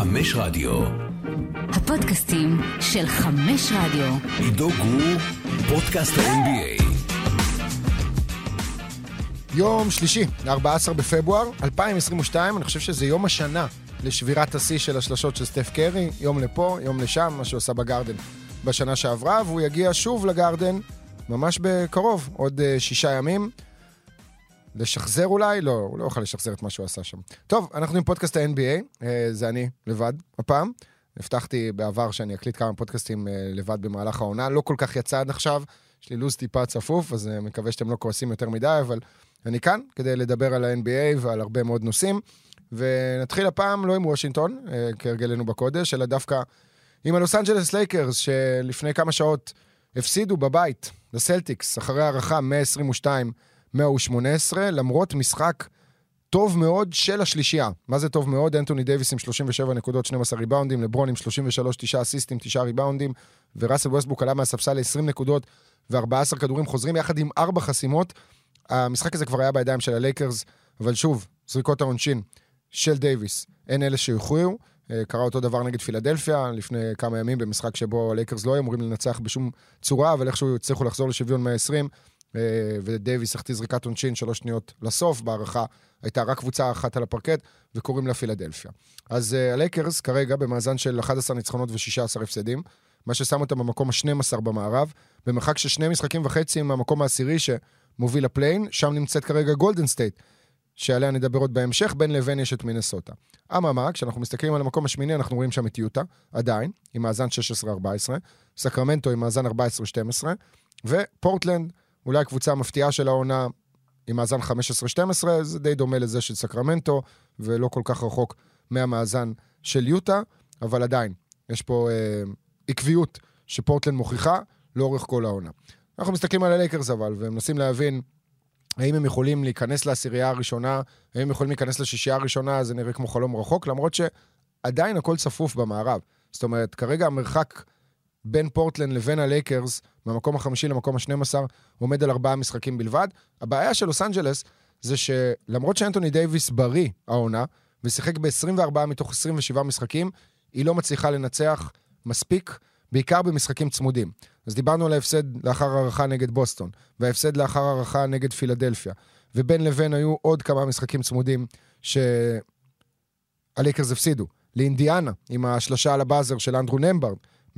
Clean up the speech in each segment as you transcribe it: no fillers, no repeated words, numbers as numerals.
חמש רדיו. הפודקאסטים של חמש רדיו. עידו גור, פודקאסט ה-NBA. יום שלישי, 14 בפברואר 2022, אני חושב שזה יום השנה לשבירת השיא של השלשות של סטף קרי, יום לפה, יום לשם, מה שהוא עשה בגרדן בשנה שעברה, והוא יגיע שוב לגרדן ממש בקרוב, עוד 6 ימים. לשחזר אולי? לא, הוא לא יוכל לשחזר את מה שהוא עשה שם. טוב, אנחנו עם פודקאסט ה-NBA, זה אני לבד הפעם. הבטחתי בעבר שאני אקליט כמה פודקאסטים לבד במהלך העונה, לא כל כך יצא עד עכשיו, יש לי לוז טיפה צפוף, אז מקווה שאתם לא כועסים יותר מדי, אבל אני כאן כדי לדבר על ה-NBA ועל הרבה מאוד נושאים, ונתחיל הפעם לא עם וושינגטון, כהרגלנו בקודש, אלא דווקא עם הלוס אנג'לס לייקרס, שלפני כמה שעות הפסידו בבית לסלטיקס, אחרי הערכה 122-118, למרות משחק טוב מאוד של השלישייה. מה זה טוב מאוד? אנתוני דייביס עם 37 נקודות, 12 ריבאונדים, לברון עם 33, 9 אסיסטים, 9 ריבאונדים, וראסל ווסטברוק עלה מהספסל ל-20 נקודות ו14 כדורים חוזרים, יחד עם 4 חסימות. המשחק הזה כבר היה בידיים של הלייקרס, אבל שוב, זריקות העונשין של דייביס, אין אלה שיוכריעו. קרה אותו דבר נגד פילדלפיה, לפני כמה ימים, במשחק שבו הלייקרס לא היו אמורים לנצח בשום צורה, אבל איכשהו הצליחו לחזור לשוויון 120, ודייביס החטיא זריקת עונשין 3 שניות לסוף, בהערכה הייתה רק קבוצה אחת על הפרקט, וקוראים לה פילדלפיה. אז הלייקרס כרגע במאזן של 11 ניצחונות ו16 הפסדים, מה ששם אותם במקום ה-12 במערב, במרחק של 2.5 משחקים מהמקום העשירי שמוביל לפליין, שם נמצאת כרגע גולדן סטייט, שעליה נדבר עוד בהמשך, בין לבין יש את מינסוטה. אממה, כשאנחנו מסתכלים על המקום השמיני, אנחנו רואים שם את יוטה, עדיין, עם מאזן 16-14, סקרמנטו עם מאזן 14-12, ופורטלנד, אולי הקבוצה המפתיעה של העונה, עם מאזן 15-12, זה די דומה לזה של סקרמנטו, ולא כל כך רחוק מהמאזן של יוטה, אבל עדיין, יש פה עקביות שפורטלנד מוכיחה לאורך כל העונה. אנחנו מסתכלים על הלייקרס אבל, ומנסים להבין האם הם יכולים להיכנס לעשירייה הראשונה, האם הם יכולים להיכנס לשישייה הראשונה, זה נראה כמו חלום רחוק, למרות שעדיין הכל צפוף במערב. זאת אומרת, כרגע המרחק בין פורטלנד לבין הלייקרס, מהמקום החמישי למקום ה-12, עומד על 4 משחקים בלבד. הבעיה של לוס אנג'לס זה שלמרות שאנתוני דייביס בריא העונה, ושיחק ב-24 מתוך 27 משחקים, היא לא מצליחה לנצח מספיק, בעיקר במשחקים צמודים. אז דיברנו על ההפסד לאחר הערכה נגד בוסטון, וההפסד לאחר הערכה נגד פילדלפיה, ובין לבין היו עוד כמה משחקים צמודים שהלייקרס הפסידו. לאינדיאנה, עם השלושה על הבאזר של אנדרו נמברד, 116-115.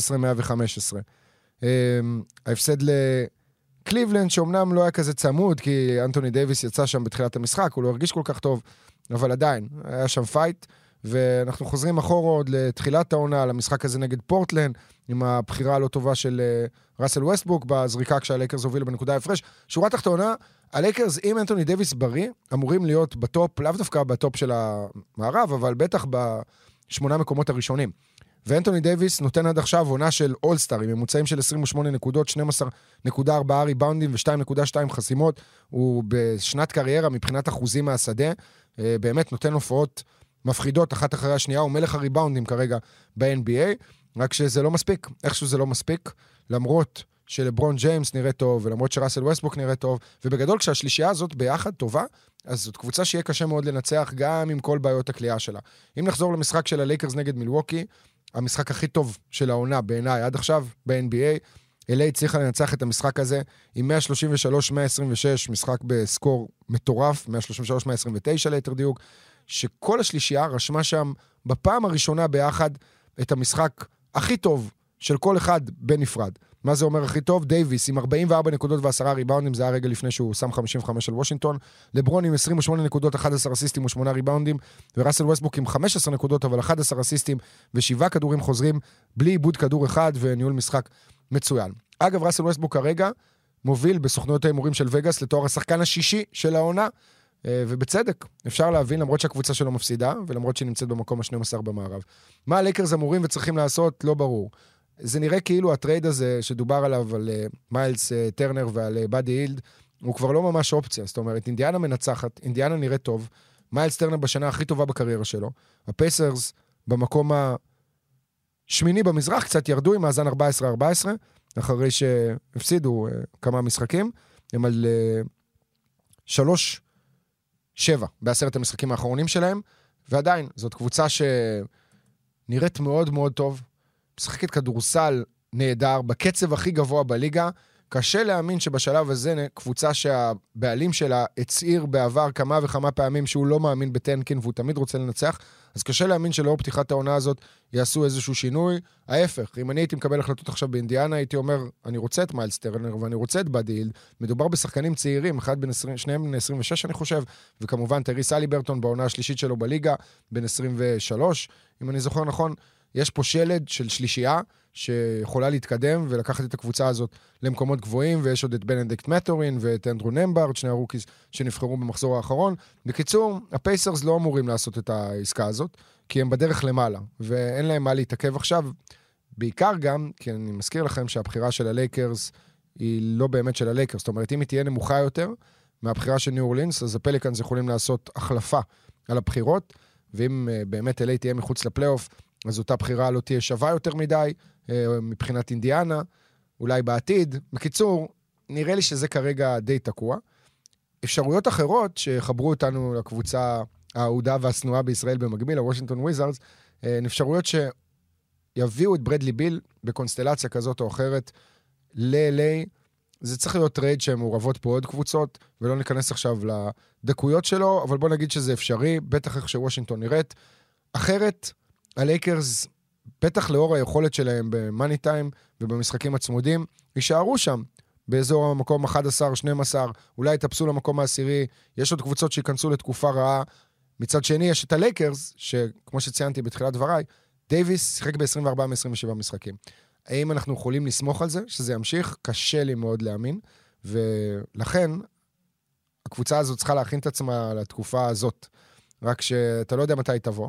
ההפסד לקליבלנד, שאומנם לא היה כזה צמוד, כי אנתוני דייביס יצא שם בתחילת המשחק, הוא לא הרגיש כל כך טוב, אבל עדיין, היה שם פייט, ואנחנו חוזרים אחורה עוד לתחילת העונה, למשחק הזה נגד פורטלנד, עם הבחירה הלא טובה של ראסל ווסטברוק, בזריקה כשהלייקרס הובילו בנקודה הפרש. שורה תחתונה, הלייקרס עם אנתוני דייביס בריא, אמורים להיות בטופ, לאו דווקא בטופ של המערב, אבל בטח ב8 מקומות הראשונים. ואנתוני דייביס נותן עד עכשיו עונה של אולסטאר, עם ממוצעים של 28 נקודות, 12.4 ריבאונדים ו2.2 חסימות. הוא בשנת קריירה מבחינת אחוזים מהשדה, באמת נותן הופעות מפחידות אחת אחרי השנייה, הוא מלך הריבאונדים כרגע ב-NBA, רק שזה לא מספיק, איכשהו זה לא מספיק, למרות שלברון ג'יימס נראה טוב, ולמרות שראסל ווסטברוק נראה טוב, ובגדול כשהשלישייה הזאת ביחד טובה, אז זאת קבוצה שיהיה קשה מאוד לנצח, גם עם כל בעיות הקליעה שלה. אם נחזור למשחק של הלייקרס נגד מילווקי, המשחק הכי טוב של העונה בעיניי עד עכשיו ב-NBA, LA צריכה לנצח את המשחק הזה עם 133-126, משחק בסקור מטורף, 133-129 ליתר דיוק, שכל השלישייה רשמה שם בפעם הראשונה ביחד את המשחק הכי טוב של כל אחד בנפרד. מה זה אומר הכי טוב? דייביס עם 44 נקודות ו10 ריבאונדים, זה היה רגע לפני שהוא שם 55 של וושינגטון, לברון עם 28 נקודות, 11 אסיסטים ו8 ריבאונדים, וראסל ווסטברוק עם 15 נקודות, אבל 11 אסיסטים ו7 כדורים חוזרים, בלי איבוד כדור אחד וניהול משחק מצוין. אגב, ראסל ווסטברוק כרגע מוביל בסוכנויות ההימורים של וגאס לתואר השחקן השישי של העונה, ובצדק, אפשר להבין, למרות שהקבוצה שלו מפסידה, ולמרות שהיא נמצאת במקום ה-12 במערב. מה הלייקרס אמורים וצריכים לעשות? לא ברור. זה נראה כאילו הטרייד הזה שדובר עליו, על מיילס טרנר ועל באדי הילד, הוא כבר לא ממש אופציה. זאת אומרת, אינדיאנה מנצחת, אינדיאנה נראה טוב, מיילס טרנר בשנה הכי טובה בקריירה שלו, הפייסרס במקום השמיני במזרח, קצת ירדו עם מאזן 14-14, אחרי שהפסידו כמה משחקים, הם על 3-7 בעשרת המשחקים האחרונים שלהם, ועדיין, זאת קבוצה נראית מאוד מאוד טוב, משחקת כדורסל נהדר, בקצב הכי גבוה בליגה, קשה להאמין שבשלב הזה קבוצה שהבעלים שלה הצעיר בעבר כמה וכמה פעמים שהוא לא מאמין בטנקין והוא תמיד רוצה לנצח, אז קשה להאמין שלאור פתיחת העונה הזאת יעשו איזשהו שינוי. ההפך, אם אני הייתי מקבל החלטות עכשיו באינדיאנה, הייתי אומר, אני רוצה את מיילס טרנר ואני רוצה את באדי הילד. מדובר בשחקנים צעירים, שניהם בן 26 אני חושב, וכמובן טריס אליברטון בעונה השלישית שלו בליגה, בן 23, אם אני זוכר נכון, יש פה שלד של שלישייה שיכולה להתקדם ולקחת את הקבוצה הזאת למקומות גבוהים, ויש עוד את בנדיקט מטורין ואת אנדרו נמברד, שני הרוקיס שנבחרו במחזור האחרון. בקיצור, הפייסרס לא אמורים לעשות את העסקה הזאת, כי הם בדרך למעלה, ואין להם מה להתעכב עכשיו, בעיקר גם, כי אני מזכיר לכם שהבחירה של הלייקרס היא לא באמת של הלייקרס, זאת אומרת, אם היא תהיה נמוכה יותר מהבחירה של ניו אורלינס, אז הפליקאנס יכולים לעשות החלפה על הבחירות, ואם באמת LA תהיה מחוץ לפלייאוף, אז אותה בחירה לא תהיה שווה יותר מדי, מבחינת אינדיאנה, אולי בעתיד. בקיצור, נראה לי שזה כרגע די תקוע. אפשרויות אחרות שחברו אותנו לקבוצה האהודה והסנועה בישראל במקביל, הוושינגטון וויזארדס, אפשרויות שיביאו את ברדלי ביל בקונסטלציה כזאת או אחרת ל-LA. זה צריך להיות טרייד שהן מעורבות פה עוד קבוצות, ולא ניכנס עכשיו לדקויות שלו, אבל בוא נגיד שזה אפשרי, בטח איך שוושינגטון נראית. אחרת, הלייקרס, בטח לאור היכולת שלהם במאני טיים ובמשחקים הצמודים, יישארו שם באזור המקום 11, 12, אולי יטפסו למקום העשירי, יש עוד קבוצות שיכנסו לתקופה רעה. מצד שני, יש את הלייקרס, שכמו שציינתי בתחילת דבריי, דייביס שיחק ב-24 מ-27 משחקים. האם אנחנו יכולים לסמוך על זה, שזה ימשיך? קשה לי מאוד להאמין, ולכן הקבוצה הזאת צריכה להכין את עצמה לתקופה הזאת, רק שאתה לא יודע מתי תבוא,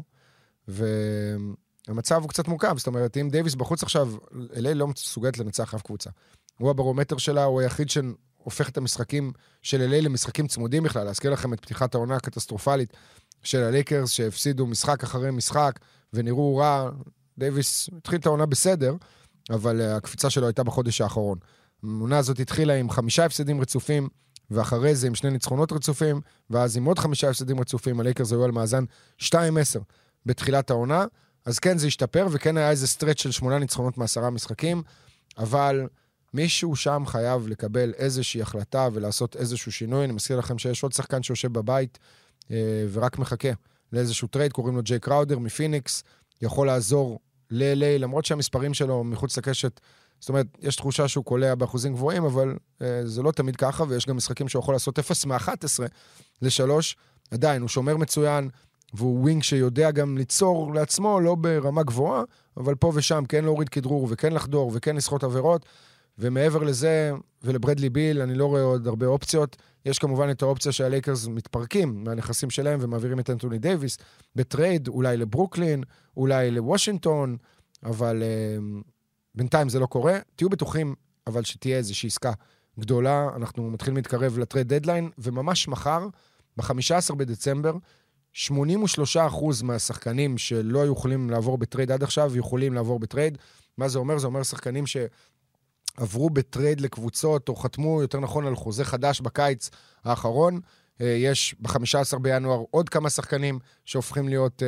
והמצב הוא קצת מורכב, זאת אומרת, אם דייביס בחוץ עכשיו, אלי לא מסוגלת לנצח אף קבוצה. הוא הברומטר שלה, הוא היחיד שהופך את המשחקים של אלי למשחקים צמודים בכלל. להזכיר לכם את פתיחת העונה הקטסטרופלית של הלייקרס, שהפסידו משחק אחרי משחק, ונראו רע. דייביס התחיל את העונה בסדר, אבל הקפיצה שלו הייתה בחודש האחרון. העונה הזאת התחילה עם 5 הפסדים רצופים, ואחרי זה עם 2 ניצחונות רצופים, ואז עם עוד 5 הפסדים רצופים, הלייקרס היו על מאזן 2-10 בתחילת העונה. אז כן, זה השתפר, וכן היה איזה סטרץ' של 8 ניצחונות מ10 משחקים, אבל מישהו שם חייב לקבל איזושהי החלטה ולעשות איזשהו שינוי. אני מזכיר לכם שיש עוד שחקן שיושב בבית ורק מחכה לאיזשהו טרייד, קוראים לו ג'יי קראודר מפיניקס, יכול לעזור ל-LA, למרות שהמספרים שלו מחוץ לקשת, זאת אומרת, יש תחושה שהוא קולע באחוזים גבוהים, אבל זה לא תמיד ככה, ויש גם משחקים שהוא יכול לעשות 0 מ-11 ל-3, עדיין, הוא שומר מצוין, והוא ווינג שיודע גם ליצור לעצמו, לא ברמה גבוהה, אבל פה ושם כן להוריד כדרור, וכן לחדור, וכן לשחות עבירות, ומעבר לזה, ולברדלי ביל, אני לא רואה עוד הרבה אופציות. יש כמובן את האופציה שהלייקרס מתפרקים מהנכסים שלהם, ומעבירים את אנתוני דייביס בטרייד, אולי לברוקלין, אולי לוושינגטון, אבל בינתיים זה לא קורה. תהיו בטוחים, אבל שתהיה איזושהי עסקה גדולה. אנחנו מתחילים להתקרב לטרייד דדליין, וממש מחר, ב-15 בדצמבר, 83% מהשחקנים שלא יכולים לעבור בטרייד עד עכשיו, יכולים לעבור בטרייד. מה זה אומר? זה אומר שחקנים שעברו בטרייד לקבוצות, או חתמו יותר נכון על חוזה חדש בקיץ האחרון. יש ב-15 בינואר עוד כמה שחקנים שהופכים להיות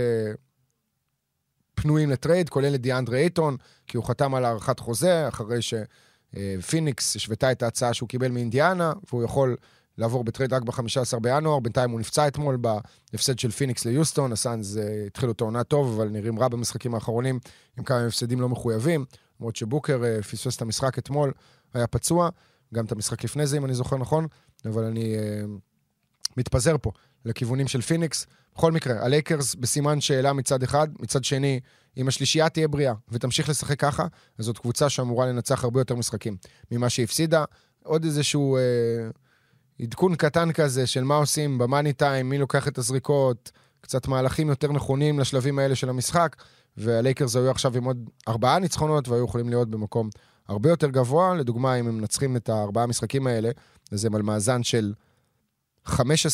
פנויים לטרייד, כולל דיאנדרה אייטון, כי הוא חתם על הארכת חוזה, אחרי שפיניקס השוותה את ההצעה שהוא קיבל מאינדיאנה, והוא יכול לעבור בטרייד רק ב-15 בינואר. בינתיים הוא נפצע אתמול בהפסד של פיניקס ליוסטון. הסאנז התחילו את העונה טוב, אבל נראים רע במשחקים האחרונים, עם כמה הפסדים לא מחויבים. למרות שבוקר פספס את המשחק אתמול, היה פצוע, גם את המשחק לפני זה, אם אני זוכר נכון, אבל אני מתפזר פה לכיוונים של פיניקס. בכל מקרה, הלייקרס בסימן שאלה מצד אחד, מצד שני, אם השלישייה תהיה בריאה ותמשיך לשחק ככה, אז זאת קבוצה שאמורה לנצח הרבה יותר משחקים ממה שהפסידה. עוד איזשהו עדכון קטן כזה של מה עושים במאני טיים, מי לוקח את הזריקות, קצת מהלכים יותר נכונים לשלבים האלה של המשחק, והלייקרס היו עכשיו עם עוד 4 ניצחונות, והיו יכולים להיות במקום הרבה יותר גבוה. לדוגמה, אם הם מנצחים את 4 המשחקים האלה, אז הם על מאזן של 15-12,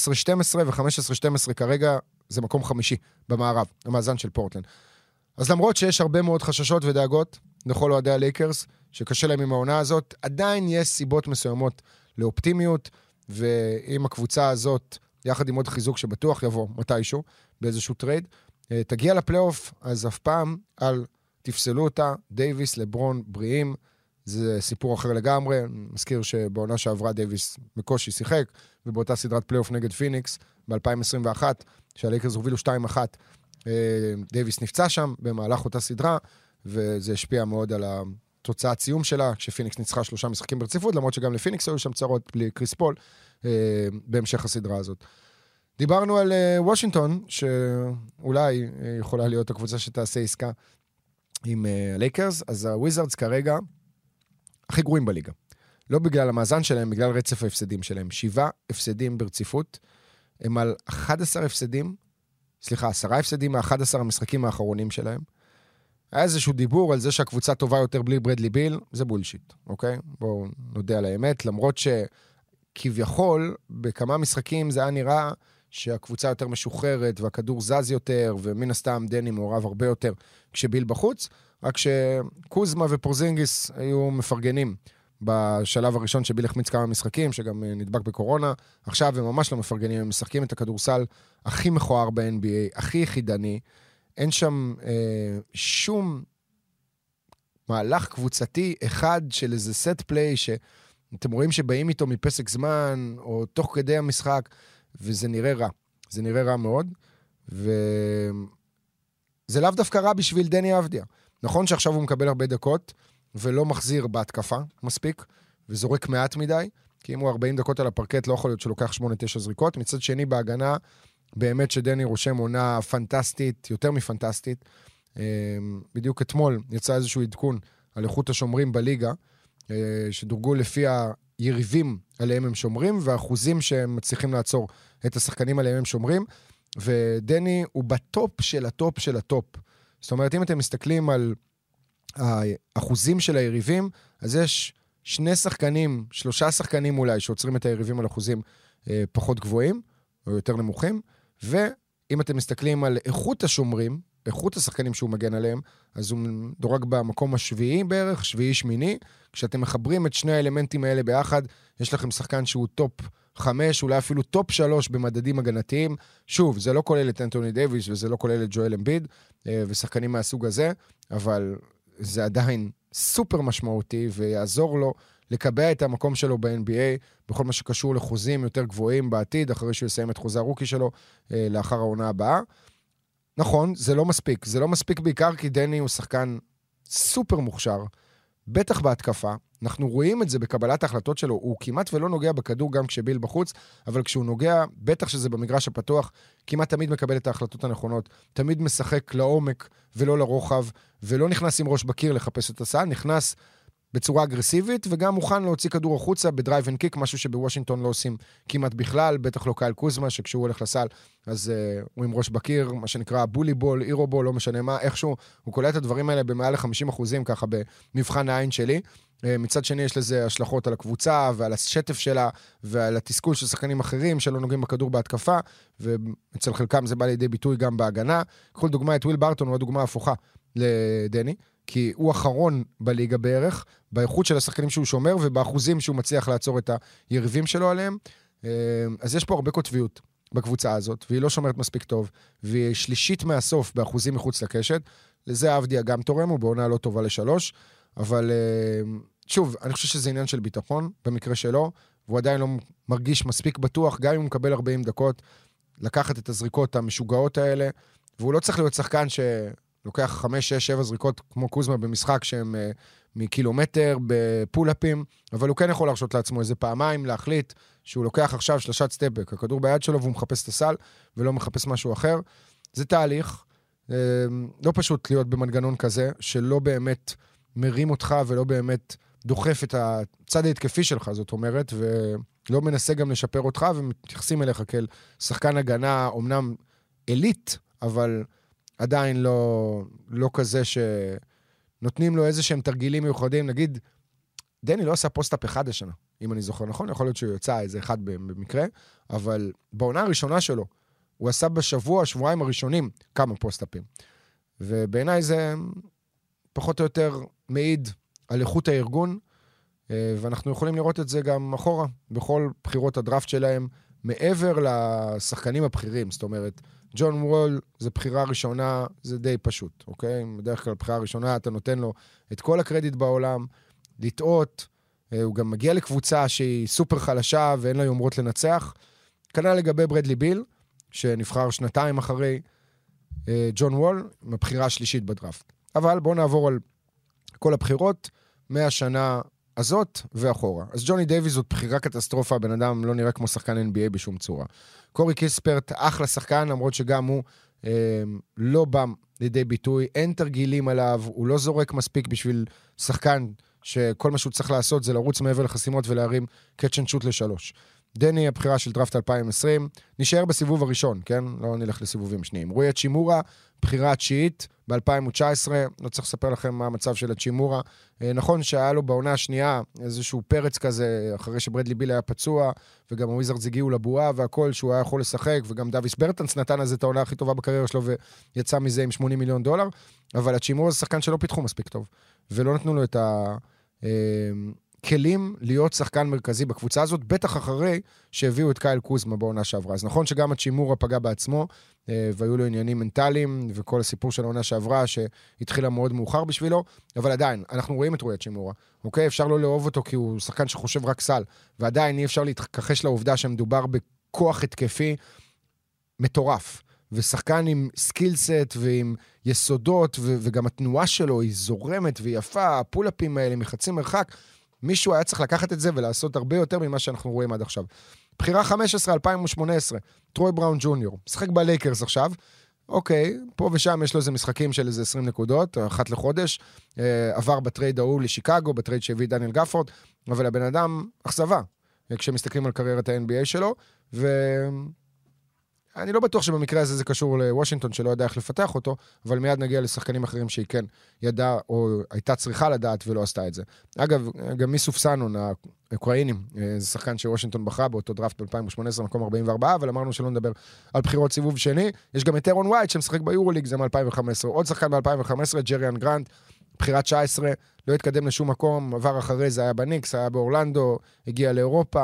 ו-15-12 כרגע זה מקום 5 במערב, המאזן של פורטלנד. אז למרות שיש הרבה מאוד חששות ודאגות לכל אוהדי הלייקרס, שקשה להם עם העונה הזאת, עדיין יש סיבות מסוימות לאופטימיות, ואם הקבוצה הזאת, יחד עם עוד חיזוק שבטוח יבוא מתישהו, באיזשהו טרייד, תגיע לפלייאוף, אז אף פעם תפסלו אותה, דייביס, לברון, בריאים, זה סיפור אחר לגמרי. אני מזכיר שבעונה שעברה דייביס מקושי שיחק, ובאותה סדרת פלייאוף נגד פיניקס, ב-2021, שהלייקרס הובילו 2-1, דייביס נפצע שם במהלך אותה סדרה, וזה השפיע מאוד על התוצאת סיום שלה, כשפיניקס ניצחה 3 משחקים ברציפות, למרות שגם לפיניקס היו שם צרות בלי קריס פול, בהמשך הסדרה הזאת. דיברנו על וושינגטון, שאולי יכולה להיות הקבוצה שתעשה עסקה עם הלייקרס, אז הוויזרדס כרגע הכי גרועים בליגה. לא בגלל המאזן שלהם, בגלל רצף ההפסדים שלהם. 7 הפסדים ברציפות, הם על 10 הפסדים מ-11 המשחקים האחרונים שלהם. היה איזשהו דיבור על זה שהקבוצה טובה יותר בלי ברדלי ביל, זה בולשיט, אוקיי? בואו נודה על האמת, למרות שכביכול, בכמה משחקים זה היה נראה שהקבוצה יותר משוחררת, והכדור זז יותר, ומן הסתם דני מעורב הרבה יותר כשביל בחוץ, רק שקוזמה ופורזינגיס היו מפרגנים בשלב הראשון שביל החמיץ כמה משחקים, שגם נדבק בקורונה. עכשיו הם ממש לא מפרגנים, הם משחקים את הכדורסל הכי מכוער ב-NBA, הכי יחידני. אין שם שום מהלך קבוצתי אחד של איזה סט פליי, שאתם רואים שבאים איתו מפסק זמן, או תוך כדי המשחק, וזה נראה רע. זה נראה רע מאוד, וזה לאו דווקא רע בשביל דני אבדיה. נכון שעכשיו הוא מקבל הרבה דקות, ולא מחזיר בהתקפה מספיק, וזורק מעט מדי, כי אם הוא 40 דקות על הפרקט, לא יכול להיות שלוקח 8-9 זריקות. מצד שני, בהגנה, באמת שדני רושם עונה פנטסטית, יותר מפנטסטית. בדיוק אתמול יצא איזשהו עדכון על איכות השומרים בליגה, שדורגו לפי היריבים עליהם הם שומרים, והאחוזים שהם מצליחים לעצור את השחקנים עליהם הם שומרים, ודני הוא בטופ של הטופ של הטופ. זאת אומרת, אם אתם מסתכלים על האחוזים של היריבים, אז יש 2 שחקנים, 3 שחקנים אולי, שעוצרים את היריבים על אחוזים פחות גבוהים, או יותר נמוכים, ואם אתם מסתכלים על איכות השומרים, איכות השחקנים שהוא מגן עליהם, אז הוא דורג במקום השביעי בערך, שביעי-שמיני, כשאתם מחברים את שני האלמנטים האלה ביחד, יש לכם שחקן שהוא טופ 5, אולי אפילו טופ 3 במדדים הגנתיים. שוב, זה לא כולל את אנטוני דייביס, וזה לא כולל את ג'ואל אמביד, ושחקנים מהסוג הזה, אבל זה עדיין סופר משמעותי, ויעזור לו לקבע את המקום שלו ב-NBA, בכל מה שקשור לחוזים יותר גבוהים בעתיד, אחרי שהוא יסיים את חוזה הרוקי שלו, לאחר העונה הבאה. נכון, זה לא מספיק. זה לא מספיק בעיקר כי דני הוא שחקן סופר מוכשר, בטח בהתקפה. אנחנו רואים את זה בקבלת ההחלטות שלו. הוא כמעט ולא נוגע בכדור גם כשביל בחוץ, אבל כשהוא נוגע, בטח שזה במגרש הפתוח, כמעט תמיד מקבל את ההחלטות הנכונות. תמיד משחק לעומק ולא לרוחב, ולא נכנס עם ראש בקיר לחפש את הסל, נכנס בצורה אגרסיבית, וגם מוכן להוציא כדור החוצה בדרייב אנד קיק, משהו שבוושינגטון לא עושים כמעט בכלל, בטח לא קייל קוזמה, שכשהוא הולך לסל, אז הוא עם ראש בקיר, מה שנקרא בולי בול, אירו בול, לא משנה מה, איכשהו, הוא קולט את הדברים האלה במעל ל-50% ככה במבחן העין שלי. מצד שני יש לזה השלכות על הקבוצה, ועל השטף שלה, ועל התסכול של שחקנים אחרים, שלא נוגעים בכדור בהתקפה, ואצל חלקם זה בא לידי ביטוי גם בהגנה. קחו דוגמה את וויל ברטון, הוא הדוגמה ההפוכה לדני, כי הוא אחרון בליגה בערך, באיכות של השחקנים שהוא שומר, ובאחוזים שהוא מצליח לעצור את היריבים שלו עליהם. אז יש פה הרבה כותביות בקבוצה הזאת, והיא לא שומרת מספיק טוב, והיא שלישית מהסוף באחוזים מחוץ לקשת. לזה אבדיה גם תורם, הוא בעונה לא טובה ל3, אבל שוב, אני חושב שזה עניין של ביטחון, במקרה שלו, והוא עדיין לא מרגיש מספיק בטוח, גם אם הוא מקבל 40 דקות, לקחת את הזריקות המשוגעות האלה, והוא לא צריך להיות שחקן לוקח 5, 6, 7 זריקות כמו קוזמה במשחק שהם מקילומטר בפול-אפים, אבל הוא כן יכול להרשות לעצמו איזה פעמיים להחליט שהוא לוקח עכשיו שלשת סטפבק, הכדור ביד שלו והוא מחפש את הסל ולא מחפש משהו אחר. זה תהליך, לא פשוט להיות במנגנון כזה, שלא באמת מרים אותך ולא באמת דוחף את הצד ההתקפי שלך, זאת אומרת, ולא מנסה גם לשפר אותך ומתייחסים אליך כאל שחקן הגנה, אומנם אליט, אבל עדיין לא כזה שנותנים לו איזה שהם תרגילים מיוחדים. נגיד, דני לא עשה פוסט-אפ אחד השנה, אם אני זוכר נכון, יכול להיות שהוא יוצא איזה אחד במקרה, אבל בעונה הראשונה שלו, הוא עשה שבועיים הראשונים כמה פוסט-אפים. ובעיניי זה פחות או יותר מעיד על איכות הארגון, ואנחנו יכולים לראות את זה גם אחורה, בכל בחירות הדראפט שלהם, מעבר לשחקנים הבכירים, זאת אומרת, ג'ון וול זה בחירה ראשונה, זה די פשוט, אוקיי? בדרך כלל בחירה ראשונה, אתה נותן לו את כל הקרדיט בעולם, לטעות, הוא גם מגיע לקבוצה שהיא סופר חלשה ואין לה יומרות לנצח. כנראה לגבי ברדלי ביל, שנבחר שנתיים אחרי ג'ון וול, מבחירה השלישית בדראפט. אבל בואו נעבור על כל הבחירות מהשנה הזאת ואחורה. אז ג'וני דייביס זאת בחירה קטסטרופה, בן אדם לא נראה כמו שחקן NBA בשום צורה. קורי קיספרט, אחלה שחקן, למרות שגם הוא לא בא לידי ביטוי, אין תרגילים עליו, הוא לא זורק מספיק בשביל שחקן שכל מה שהוא צריך לעשות זה לרוץ מעבר לחסימות ולהרים קאץ' אנד שוט לשלוש. דני, הבחירה של דראפט 2020, נשאר בסיבוב הראשון, כן? לא נלך לסיבובים שניים. רוי הצ'ימורה, בחירה התשיעית ב-2019, לא צריך לספר לכם מה המצב של הצ'ימורה. נכון שהיה לו בעונה השנייה איזשהו פרץ כזה, אחרי שברדלי ביל היה פצוע, וגם הוויזרדס הגיעו לבועה והכל, שהוא היה יכול לשחק, וגם דוויס ברטנס נתן אז את העונה הכי טובה בקריירה שלו, ויצא מזה עם $80 מיליון, אבל הצ'ימורה זה שחקן שלא פיתחו מספיק טוב, ולא נתנו לו את כלים להיות שחקן מרכזי בקבוצה הזאת, בטח אחרי שהביאו את קייל קוזמה בעונה שעברה. אז נכון שגם הצ'ימורה פגע בעצמו, והיו לו עניינים מנטליים, וכל הסיפור של העונה שעברה, שהתחילה מאוד מאוחר בשבילו, אבל עדיין, אנחנו רואים את רוי הצ'ימורה, אוקיי? אפשר לא לאהוב אותו כי הוא שחקן שחושב רק סל, ועדיין אי אפשר להתכחש לעובדה שמדובר בכוח התקפי מטורף, ושחקן עם סקילסט ועם יסודות, וגם התנועה שלו היא זורמת ויפה, הפולאפים האלה מחצי מרחק, מישהו היה צריך לקחת את זה ולעשות הרבה יותר ממה שאנחנו רואים עד עכשיו. בחירה 15, 2018, טרוי בראון ג'וניור, משחק בלייקרס עכשיו, אוקיי, פה ושם יש לו איזה משחקים של איזה 20 נקודות, אחת לחודש, עבר בטרייד ההוא לשיקגו, בטרייד שהביא דניאל גפורד, אבל הבן אדם אכזבה, כשמסתכלים על קריירת ה-NBA שלו, אני לא בטוח שבמקרה הזה זה קשור לוושינגטון שלא ידע איך לפתח אותו, אבל מיד נגיע לשחקנים אחרים שהיא כן ידעה או הייתה צריכה לדעת ולא עשתה את זה. אגב, גם מיסוף סאנון, האוקראינים, זה שחקן שוושינגטון בחרה באותו דראפט ב-2018, מקום 44, אבל אמרנו שלא נדבר על בחירות סיבוב שני. יש גם את אירון ווייט שמשחק ביורוליג, זה מ-2015. עוד שחקן ב-2015, ג'ריאן גרנט, בחירה 19, לא התקדם לשום מקום, עבר אחרי זה היה בניקס, היה באורלנדו, הגיע לאירופה,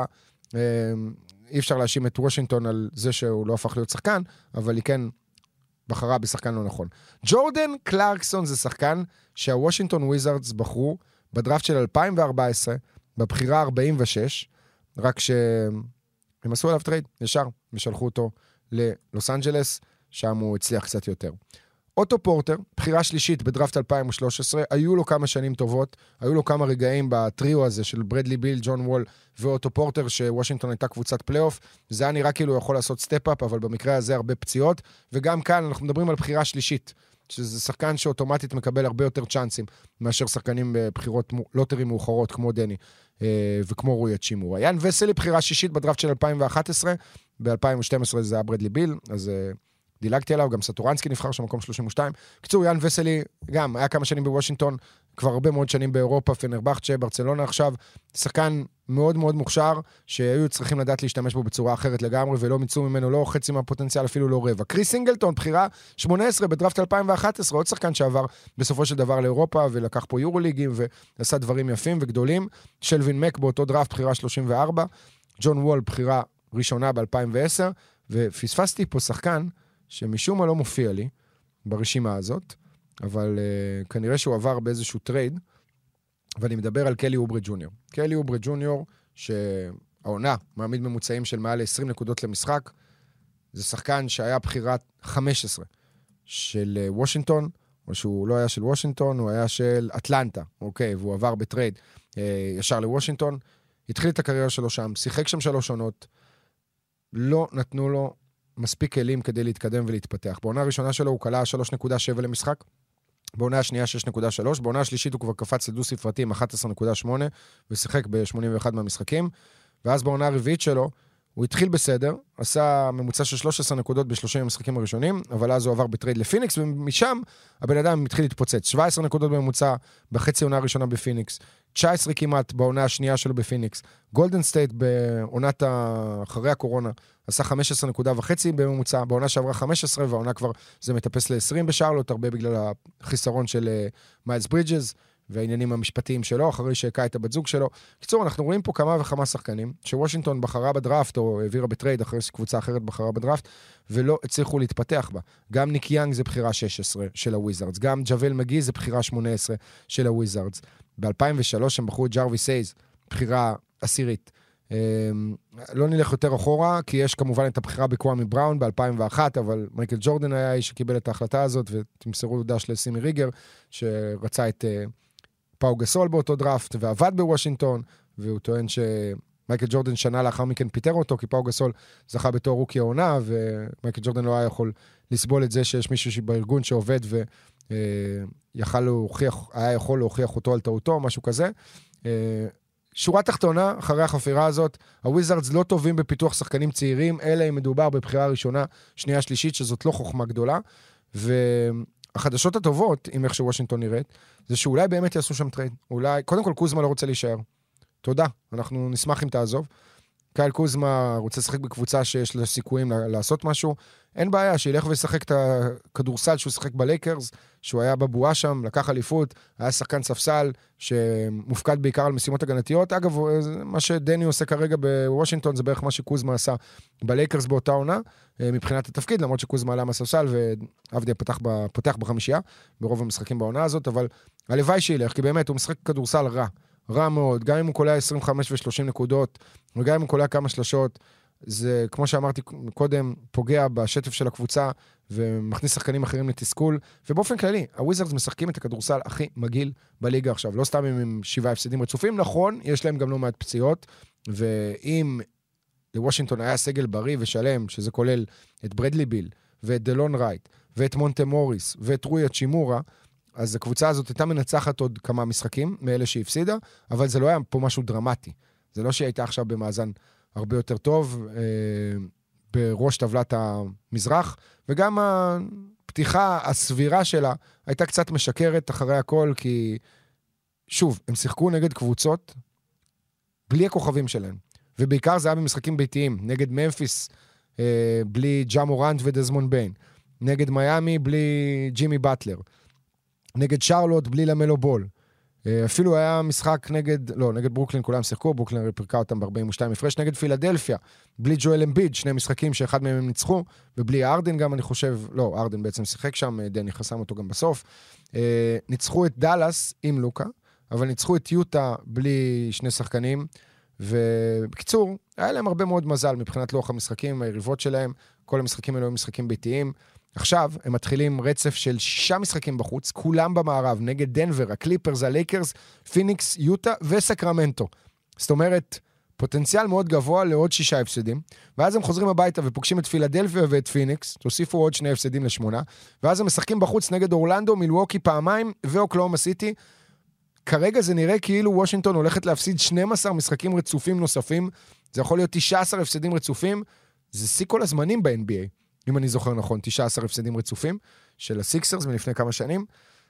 אי אפשר להאשים את וושינגטון על זה שהוא לא הפך להיות שחקן, אבל היא כן בחרה בשחקן לא נכון. ג'ורדן קלרקסון זה שחקן שהוושינגטון וויזרדס בחרו בדראפט של 2014, בבחירה 46, רק שהם עשו עליו טרייד, ישר, ושלחו אותו ללוס אנג'לס, שם הוא הצליח קצת יותר. אוטו פורטר, בחירה שלישית בדראפט 2013, היו לו כמה שנים טובות, היו לו כמה רגעים בטריו הזה של ברדלי ביל, ג'ון וול ואוטו פורטר, שוושינגטון הייתה קבוצת פלייאוף, זה היה נראה כאילו הוא יכול לעשות סטפ-אפ, אבל במקרה הזה הרבה פציעות, וגם כאן אנחנו מדברים על בחירה שלישית, שזה שחקן שאוטומטית מקבל הרבה יותר צ'אנסים, מאשר שחקנים בבחירות לוטרים מאוחרות, כמו דני וכמו רוי הצ'ימורה. יאן וסלי, בחירה שישית בדראפט של 2011, ב-2012 זה היה ברדלי ביל, אז דילגתי עליו, גם סטורנסקי נבחר שם מקום 32. קצור, יאן וסלי גם היה כמה שנים בוושינגטון, כבר הרבה מאוד שנים באירופה, פנרבחצ'ה, ברצלונה עכשיו, שחקן מאוד מאוד מוכשר, שהיו צריכים לדעת להשתמש בו בצורה אחרת לגמרי, ולא מיצו ממנו לא חצי מהפוטנציאל, אפילו לא רבע. קריס סינגלטון, בחירה 18 בדראפט 2011, עוד שחקן שעבר בסופו של דבר לאירופה, ולקח פה יורוליגים, ועשה דברים יפים וגדולים. שלווין מק באותו דראפט, בחירה 34, ג'ון וול, בחירה ראשונה ב-2010, ופספסתי פה שחקן שמשום מה לא מופיע לי ברשימה הזאת, אבל כנראה שהוא עבר באיזשהו טרייד, ואני מדבר על קלי אוברה ג'וניור. קלי אוברה ג'וניור, שהעונה מעמיד ממוצעים של מעל 20 נקודות למשחק, זה שחקן שהיה בחירת 15 של וושינגטון, או שהוא לא היה של וושינגטון, הוא היה של אטלנטה, אוקיי, והוא עבר בטרייד ישר לוושינגטון, התחיל את הקריירה שלו שם, שיחק שם 3 עונות, לא נתנו לו מספיק כלים כדי להתקדם ולהתפתח. בעונה הראשונה שלו הוא קלה 3.7 למשחק, בעונה השנייה 6.3, בעונה השלישית הוא כבר קפץ לדו ספרתי עם 11.8, ושיחק ב-81 מהמשחקים, ואז בעונה הרביעית שלו, הוא התחיל בסדר, עשה ממוצע של 13 נקודות ב-30 המשחקים הראשונים, אבל אז הוא עבר בטרייד לפיניקס, ומשם הבן אדם התחיל להתפוצץ. 17 נקודות בממוצע בחצי עונה הראשונה בפיניקס, 19 כמעט בעונה השנייה שלו בפיניקס, גולדן סטייט בעונת אחרי הקורונה, עשה 15.5 בממוצע, בעונה שעברה 15, והעונה כבר זה מטפס ל-20 בשרלוט, הרבה בגלל החיסרון של מיילס ברידג'ס, והעניינים המשפטיים שלו, אחרי שהקע את הבת זוג שלו. קיצור, אנחנו רואים פה כמה וכמה שחקנים, שוושינגטון בחרה בדראפט, או העבירה בטרייד, אחרי שקבוצה אחרת בחרה בדראפט, ולא הצליחו להתפתח בה. גם ניק יאנג זה בחירה 16 של הוויזארדס, גם ג'וול מגי זה בחירה 18 של הוויזארדס. ב-2003 הם בחרו את ג'רוויס הייז, בחירה עשירית. לא נלך יותר אחורה, כי יש כמובן את הבחירה בקוואמי בראון ב-2001, אבל מייקל ג'ורדן היה איש שקיבל את ההחלטה הזאת, ותמסרו דש לסימי ריגר, שרצה את פאו גסול באותו דראפט, ועבד בוושינגטון, והוא טוען שמייקל ג'ורדן שנה לאחר מכן פיטר אותו, כי פאו גסול זכה בתור רוקי העונה, ומייקל ג'ורדן לא היה יכול לסבול את זה שיש מישהו בארגון שעובד, היה יכול להוכיח אותו על טעותו, משהו כזה. שורה תחתונה, אחרי החפירה הזאת, הוויזארדס לא טובים בפיתוח שחקנים צעירים, אלא אם מדובר בבחירה ראשונה, שנייה, שלישית, שזאת לא חוכמה גדולה, והחדשות הטובות, עם איך שוושינגטון נראית, זה שאולי באמת יעשו שם טרייד. אולי, קודם כל קוזמה לא רוצה להישאר. תודה, אנחנו נשמח אם תעזוב. קייל קוזמה רוצה לשחק בקבוצה שיש לה סיכויים לעשות משהו, אין בעיה, שילך וישחק את הכדורסל שהוא שחק בלייקרס, שהוא היה בבועה שם, לקח אליפות, היה שחקן ספסל, שמופקד בעיקר על משימות הגנתיות. אגב, מה שדני עושה כרגע בוושינגטון, זה בערך מה שקוזמה עשה בלייקרס באותה עונה, מבחינת התפקיד, למרות שקוזמה עלה מהספסל, ועבדיה פותח בחמישייה, ברוב המשחקים בעונה הזאת, אבל הלוואי שילך, כי באמת הוא משחק כדורסל רע מאוד, גם אם הוא קולע 25 ו-30 נקודות, וגם אם הוא קולע כמה שלשות, זה, כמו שאמרתי קודם, פוגע בשטף של הקבוצה, ומכניס שחקנים אחרים לתסכול, ובאופן כללי, הוויזארדס משחקים את הכדורסל הכי מגעיל בליגה עכשיו, לא סתם עם 7 הפסדים רצופים, נכון, יש להם גם לא מעט פציעות, ואם לוושינגטון היה סגל בריא ושלם, שזה כולל את ברדלי ביל, ואת דלון רייט, ואת מונטה מוריס, ואת רויה צ'ימורה, אז הקבוצה הזאת הייתה מנצחת עוד כמה משחקים, מאלה שהפסידה, אבל זה לא היה פה משהו דרמטי. זה לא שהיא הייתה עכשיו במאזן הרבה יותר טוב, בראש טבלת המזרח, וגם הפתיחה הסבירה שלה הייתה קצת משקרת אחרי הכל, כי שוב, הם שיחקו נגד קבוצות בלי הכוכבים שלהם, ובעיקר זה היה במשחקים ביתיים, נגד ממפיס, בלי ג'ה מורנט ודזמונד ביין, נגד מיימי בלי ג'ימי באטלר, נגד שרלוט בלי למלו בול. אפילו היה משחק נגד ברוקלין, כולם שיחקו, ברוקלין פרקה אותם ב-42 הפרש, נגד פילדלפיה, בלי ג'ואל אמביד, שני משחקים שאחד מהם הם ניצחו, ובלי ארדן גם אני חושב, לא, ארדן בעצם שיחק שם, דני חסם אותו גם בסוף. ניצחו את דלס עם לוקה, אבל ניצחו את יוטה בלי שני שחקנים, ובקיצור, היה להם הרבה מאוד מזל מבחינת לוח המשחקים, היריבות שלהם, כל המשחקים האלו הם משחקים ביתיים. עכשיו הם מתחילים רצף של 6 משחקים בחוץ, כולם במערב, נגד דנבר, הקליפרס, הלייקרס, פיניקס, יוטה וסקרמנטו. זאת אומרת, פוטנציאל מאוד גבוה לעוד 6 הפסדים, ואז הם חוזרים הביתה ופוגשים את פילדלפיה ואת פיניקס, תוסיפו עוד 2 הפסדים ל8, ואז הם משחקים בחוץ נגד אורלנדו, מילווקי פעמיים ואוקלאומה סיטי. כרגע זה נראה כאילו וושינגטון הולכת להפסיד 12 משחקים רצופים נוספים, זה יכול להיות 19 הפסדים רצופים, זה שיא כל הזמנים ב-NBA. אם אני זוכר נכון, 19 הפסדים רצופים של הסיקסרס מלפני כמה שנים.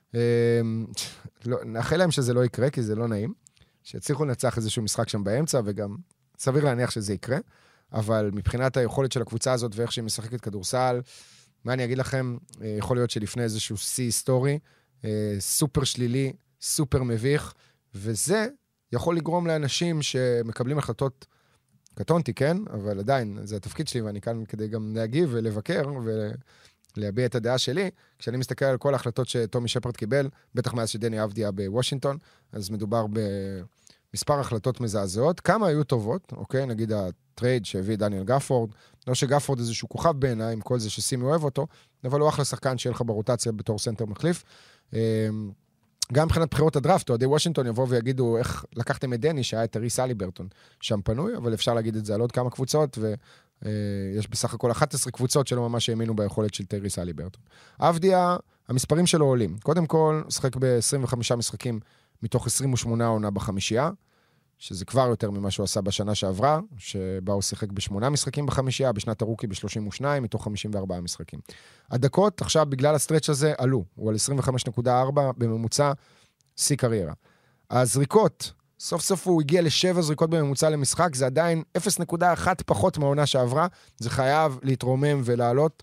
נאחל להם שזה לא יקרה, כי זה לא נעים. שיצליחו לנצח איזשהו משחק שם באמצע, וגם סביר להניח שזה יקרה. אבל מבחינת היכולת של הקבוצה הזאת, ואיך שהיא משחקת כדורסל, מה אני אגיד לכם, יכול להיות שלפני איזשהו שיא היסטורי, סופר שלילי, סופר מביך, וזה יכול לגרום לאנשים שמקבלים החלטות קטונתי, כן? אבל עדיין, זה התפקיד שלי, ואני כאן כדי גם להגיב ולבקר ולהביע את הדעה שלי. כשאני מסתכל על כל ההחלטות שטומי שפרד קיבל, בטח מאז שדני עבדיה בוושינגטון, אז מדובר במספר החלטות מזעזעות. כמה היו טובות, אוקיי? נגיד הטרייד שהביא דניאל גפורד, לא שגפורד איזשהו כוכב בעיניי, עם כל זה שסימי אוהב אותו, אבל הוא אחלה שחקן שיהיה לך ברוטציה בתור סנטר מחליף. גם מבחינת בחירות הדראפט, אוהדי וושינגטון יבואו ויגידו איך לקחתם את דני, שהיה את טריס אליברטון שם פנוי, אבל אפשר להגיד את זה על עוד כמה קבוצות, ויש בסך הכל 11 קבוצות שלא ממש האמינו ביכולת של טריס אליברטון. עבדיה, המספרים שלו עולים. קודם כל, שחק ב-25 משחקים מתוך 28 עונה בחמישייה, שזה כבר יותר ממה שהוא עשה בשנה שעברה, שבה הוא שיחק ב8 משחקים בחמישייה, בשנת הרוקי ב32 מתוך 54 משחקים. הדקות עכשיו בגלל הסטרץ' הזה עלו, הוא על 25.4 בממוצע שיא קריירה. הזריקות, סוף סוף הוא הגיע ל7 זריקות בממוצע למשחק, זה עדיין 0.1 פחות מהעונה שעברה, זה חייב להתרומם ולעלות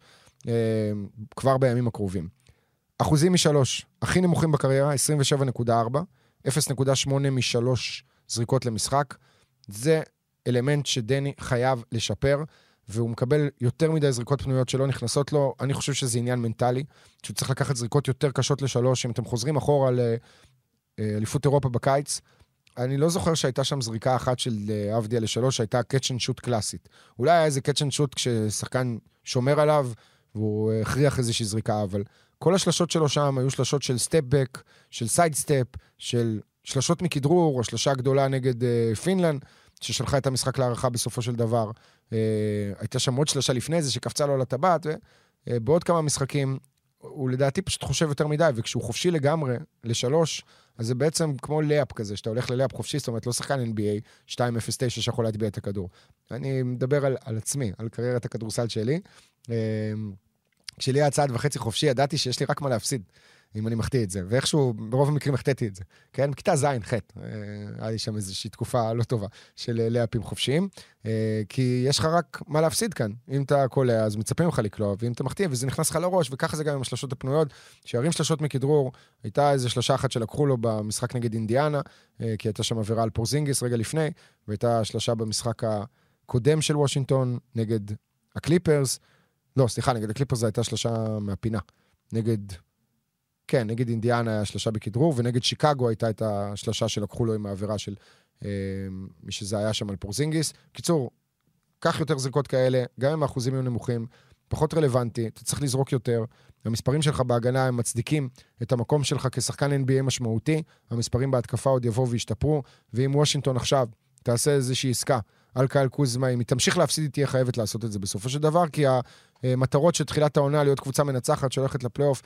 כבר בימים הקרובים. אחוזים מ3, הכי נמוכים בקריירה, 27.4, 0.8 מ-3 זריקות למשחק. זה אלמנט שדני חייב לשפר, והוא מקבל יותר מדי זריקות פנויות שלא נכנסות לו. אני חושב שזה עניין מנטלי, שהוא צריך לקחת זריקות יותר קשות ל3. אם אתם חוזרים אחורה לאליפות אירופה בקיץ, אני לא זוכר שהייתה שם זריקה אחת של אבדיה ל3, שהייתה קאץ' אנד שוט קלאסית. אולי היה איזה קאץ' אנד שוט כששחקן שומר עליו, והוא הכריח איזושהי זריקה, אבל כל השלשות שלו שם היו שלשות של סטפ-בק, של סייד-סטפ, של שלשות מכדרור, או שלשה גדולה נגד פינלנד, ששלחה את המשחק להערכה בסופו של דבר. הייתה שם עוד שלשה לפני זה, שקפצה לו לטבעת, ובעוד כמה משחקים, הוא לדעתי פשוט חושב יותר מדי, וכשהוא חופשי לגמרי, ל3, אז זה בעצם כמו לאפ כזה, שאתה הולך ללאפ חופשי, זאת אומרת, לא שחקן NBA 2.09 שיכול להטביע את הכדור. אני מדבר על עצמי, על קריירת הכדורסל שלי. כשלי היה צעד וחצי חופשי, ידעתי שיש לי רק מה להפסיד, אם אני מחטיא את זה. ואיכשהו, ברוב המקרים החטאתי את זה. כן? בכיתה זין, חטא. היה לי שם איזושהי תקופה לא טובה של לאפים חופשיים. כי יש לך רק מה להפסיד כאן. אם אתה קולע, אז מצפים לך לקלוע, ואם אתה מחטיא, וזה נכנס לך לראש, וככה זה גם עם השלשות הפנויות. שירים שלשות מכדרור, הייתה איזו שלשה אחת שלקחו לו במשחק נגד אינדיאנה, כי הייתה שם עבירה על פורזינגיס רגע לפני, והייתה שלשה במשחק הקודם של וושינגטון נגד הקליפרס. לא, סליחה, נגד הקליפרס זו הייתה שלשה מהפינה. נגד אינדיאנה היה שלשה בכדרור, ונגד שיקגו הייתה את השלשה שלקחו לו עם העבירה של מי שזה היה שם על פורזינגיס. קיצור, קח יותר זריקות כאלה, גם אם האחוזים יהיו נמוכים, פחות רלוונטי, אתה צריך לזרוק יותר, המספרים שלך בהגנה הם מצדיקים את המקום שלך כשחקן NBA משמעותי, המספרים בהתקפה עוד יבואו וישתפרו, ואם וושינגטון עכשיו תעשה איזושהי עסקה על קייל קוזמה, אם היא תמשיך להפסיד, היא תהיה חייבת לעשות את זה בסופו של דבר, כי המטרות של תחילת העונה להיות קבוצה מנצחת שהולכת לפלייאוף,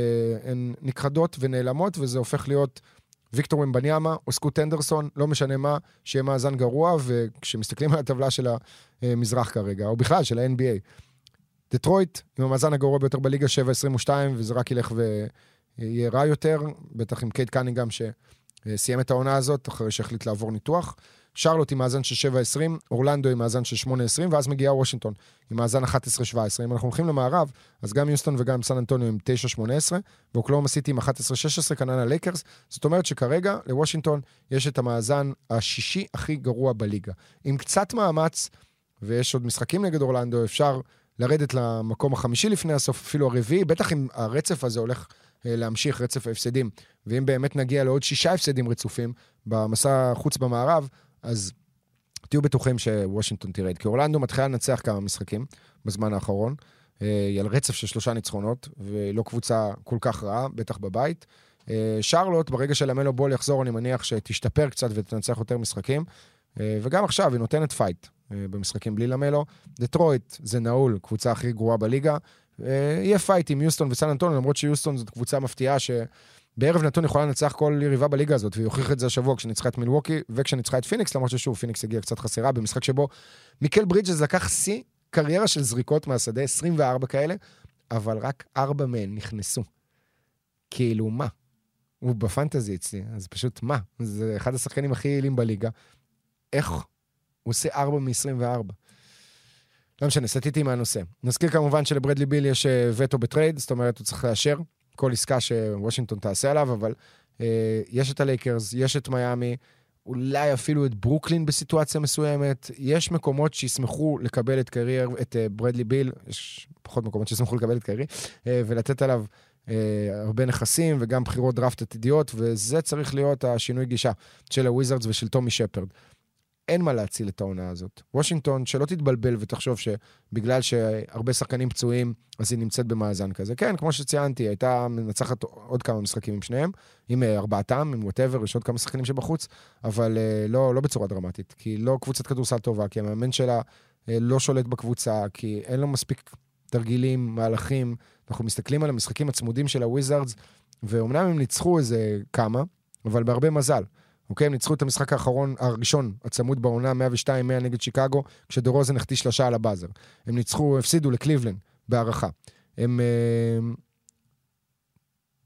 הן נכחדות ונעלמות, וזה הופך להיות ויקטור ומבניאמה או סקוט אנדרסון, לא משנה מה, שיהיה מאזן גרוע, וכשמסתכלים על הטבלה של המזרח כרגע, או בכלל של ה-NBA, דטרויט, עם המאזן הגרוע ביותר בליגה 7-22, וזה רק ילך ויהיה רע יותר, בטח עם קייד קנינגהאם שסיים את העונה הזאת, אחרי שהחליט לעבור ניתוח. שרלוט עם מאזן של 7-20, אורלנדו עם מאזן של 8-20, ואז מגיעה וושינגטון עם מאזן 11-17. אם אנחנו הולכים למערב, אז גם יוסטון וגם סן אנטוניו עם 9-18, ואוקלהומה סיטי עם 11-16, כנ"ל הלייקרס. זאת אומרת שכרגע לוושינגטון יש את המאזן השישי הכי גרוע בליגה. עם קצת מאמץ, ויש עוד משחקים נגד אורלנדו, אפשר לרדת למקום החמישי לפני הסוף, אפילו הרביעי, בטח אם הרצף הזה הולך להמשיך, רצף ההפסדים, ואם באמת נגיע לעוד 6 הפסדים רצופים במסע חוץ במערב, אז תהיו בטוחים שוושינגטון תירד, כי אורלנדו מתחילה לנצח כמה משחקים בזמן האחרון, היא על רצף של 3 ניצחונות, ולא קבוצה כל כך רעה, בטח בבית. שרלוט, ברגע שלמלו בול יחזור, אני מניח שתשתפר קצת ותנצח יותר משחקים, וגם עכשיו היא נותנת פייט במשחקים בלי למלו. דטרויט זה נעול, קבוצה הכי גרועה בליגה, יהיה פייט עם יוסטון וסן אנטוניו, למרות שיוסטון זאת קבוצה מפתיעה בערב נתון יכולה לנצח כל יריבה בליגה הזאת, והיא הוכיחה את זה השבוע כשניצחה את מילווקי, וכשניצחה את פיניקס, למרות ששוב, פיניקס הגיעה קצת חסרה, במשחק שבו מיקל ברידג'ס לקח שיא קריירה של זריקות מהשדה, 24 כאלה, אבל רק 4 מהן נכנסו. כאילו מה? הוא בפנטזי אצלי, אז פשוט מה? זה אחד השחקנים הכי יעילים בליגה. איך הוא עושה 4 מ-24? לא משנה, סטיתי מהנושא. נזכיר כמובן שלברדלי ביל יש וטו בטרייד, זאת אומרת, הוא צריך לאשר כל עסקה שוושינגטון תעשה עליו, אבל יש את הלייקרס, יש את מיימי, אולי אפילו את ברוקלין בסיטואציה מסוימת, יש מקומות שישמחו לקבל את קרייר, את ברדלי ביל, יש פחות מקומות שישמחו לקבל את קרייר, ולתת עליו הרבה נכסים, וגם בחירות דראפט עתידיות, וזה צריך להיות השינוי גישה של הוויזרדס ושל טומי שפרד. אין מה להציל את העונה הזאת. וושינגטון, שלא תתבלבל ותחשוב שבגלל שהרבה שחקנים פצועים, אז היא נמצאת במאזן כזה. כן, כמו שציינתי, הייתה מנצחת עוד כמה משחקים עם שניהם, עם 4, עם whatever, יש עוד כמה שחקנים שבחוץ, אבל לא בצורה דרמטית, כי לא קבוצת כדורסל טובה, כי המאמן שלה לא שולט בקבוצה, כי אין לו מספיק תרגילים, מהלכים. אנחנו מסתכלים על המשחקים הצמודים של הוויזרדס, ואומנם הם ניצחו איזה כמה, אבל בהרבה מזל. אוקיי, הם ניצחו את המשחק הראשון, הצמוד בעונה, 102-100 נגד שיקגו, כשדורוזן נחטיא שלשה על הבאזר. הם ניצחו, הפסידו לקליבלנד, בהערכה. הם...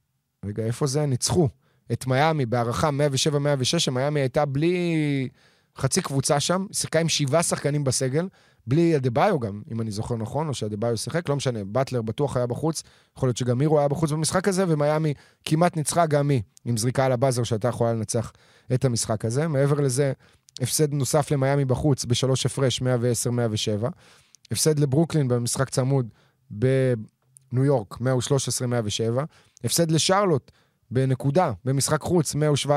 רגע, איפה זה? ניצחו את מיימי בהערכה 107-106, מיימי הייתה בלי חצי קבוצה שם, שיחקה עם 7 שחקנים בסגל, בלי אדבאיו גם, אם אני זוכר נכון, או שאדבאיו שיחק, לא משנה, באטלר בטוח היה בחוץ, יכול להיות שגם מירו היה בחוץ במשחק הזה, ומיימי כמעט ניצחה גם מי, עם זריקה על הבאזר שהייתה יכולה לנצח את המשחק הזה. מעבר לזה, הפסד נוסף למיימי בחוץ, ב3 הפרש, 110-107. הפסד לברוקלין במשחק צמוד בניו יורק, 113-107. הפסד לשרלוט בנקודה, במשחק חוץ, 117-116.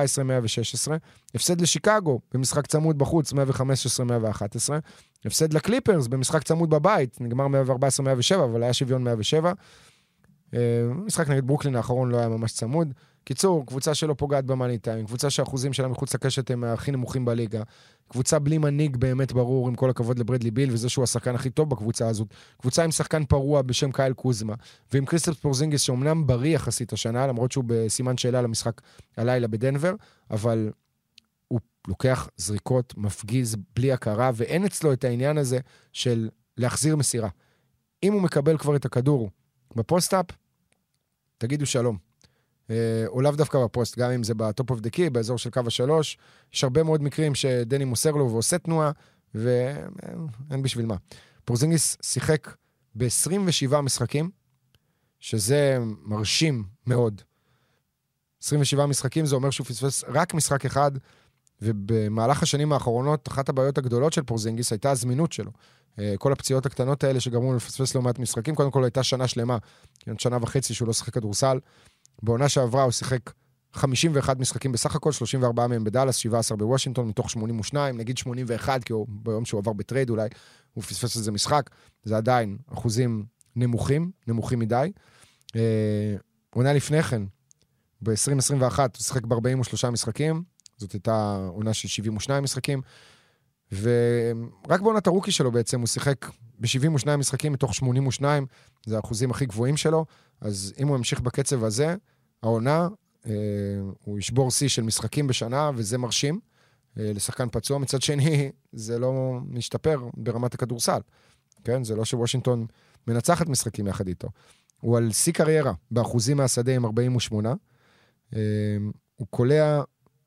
הפסד לשיקגו, במשחק צמוד בחוץ, 115-111. הפסד לקליפרס, במשחק צמוד בבית, נגמר 114-107, אבל היה שוויון 107. משחק נגד ברוקלין האחרון לא היה ממש צמוד. קיצור, קבוצה שלא פוגעת במאני טיים, קבוצה שהאחוזים שלה מחוץ לקשת הם הכי נמוכים בליגה, קבוצה בלי מנהיג באמת ברור, עם כל הכבוד לברדלי ביל, וזה שהוא השחקן הכי טוב בקבוצה הזאת, קבוצה עם שחקן פרוע בשם קייל קוזמה, ועם קריסטופ פורזינגיס שאומנם בריא יחסית השנה, למרות שהוא בסימן שאלה למשחק הלילה בדנבר, אבל הוא לוקח זריקות, מפגיז בלי הכרה, ואין אצלו את העניין הזה של להחזיר מסירה. אם הוא מקבל כבר את הכדור בפוסט-אפ, תגידו שלום. או לאו דווקא בפוסט, גם אם זה בטופ אוף דה קי, באזור של קו השלוש, יש הרבה מאוד מקרים שדני מוסר לו ועושה תנועה, ואין בשביל מה. פורזינגיס שיחק ב-27 משחקים, שזה מרשים מאוד. 27 משחקים זה אומר שהוא פספס רק משחק אחד, ובמהלך השנים האחרונות, אחת הבעיות הגדולות של פורזינגיס הייתה הזמינות שלו. כל הפציעות הקטנות האלה שגרמו לפספס לא מעט משחקים, קודם כל הייתה שנה שלמה, שנה וחצי שהוא לא שיחק כדורסל, בעונה שעברה הוא שיחק 51 משחקים בסך הכל, 34 מהם בדלס, 17 בוושינגטון, מתוך 82, נגיד 81, כי ביום שהוא עבר בטרייד אולי, הוא פספס איזה משחק, זה עדיין אחוזים נמוכים מדי. עונה לפני כן, ב-2021, הוא שיחק ב-43 משחקים, זאת הייתה עונה של 72 משחקים, ורק בעונת הרוקי שלו בעצם הוא שיחק ב-72 משחקים מתוך 82, זה האחוזים הכי גבוהים שלו, אז אם הוא ימשיך בקצב הזה, העונה, הוא ישבור שיא של משחקים בשנה, וזה מרשים, לשחקן פצוע. מצד שני, זה לא משתפר ברמת הכדורסל, כן? זה לא שוושינגטון מנצחת משחקים יחד איתו. הוא על שיא קריירה, באחוזים מהשדה עם 48, הוא קולע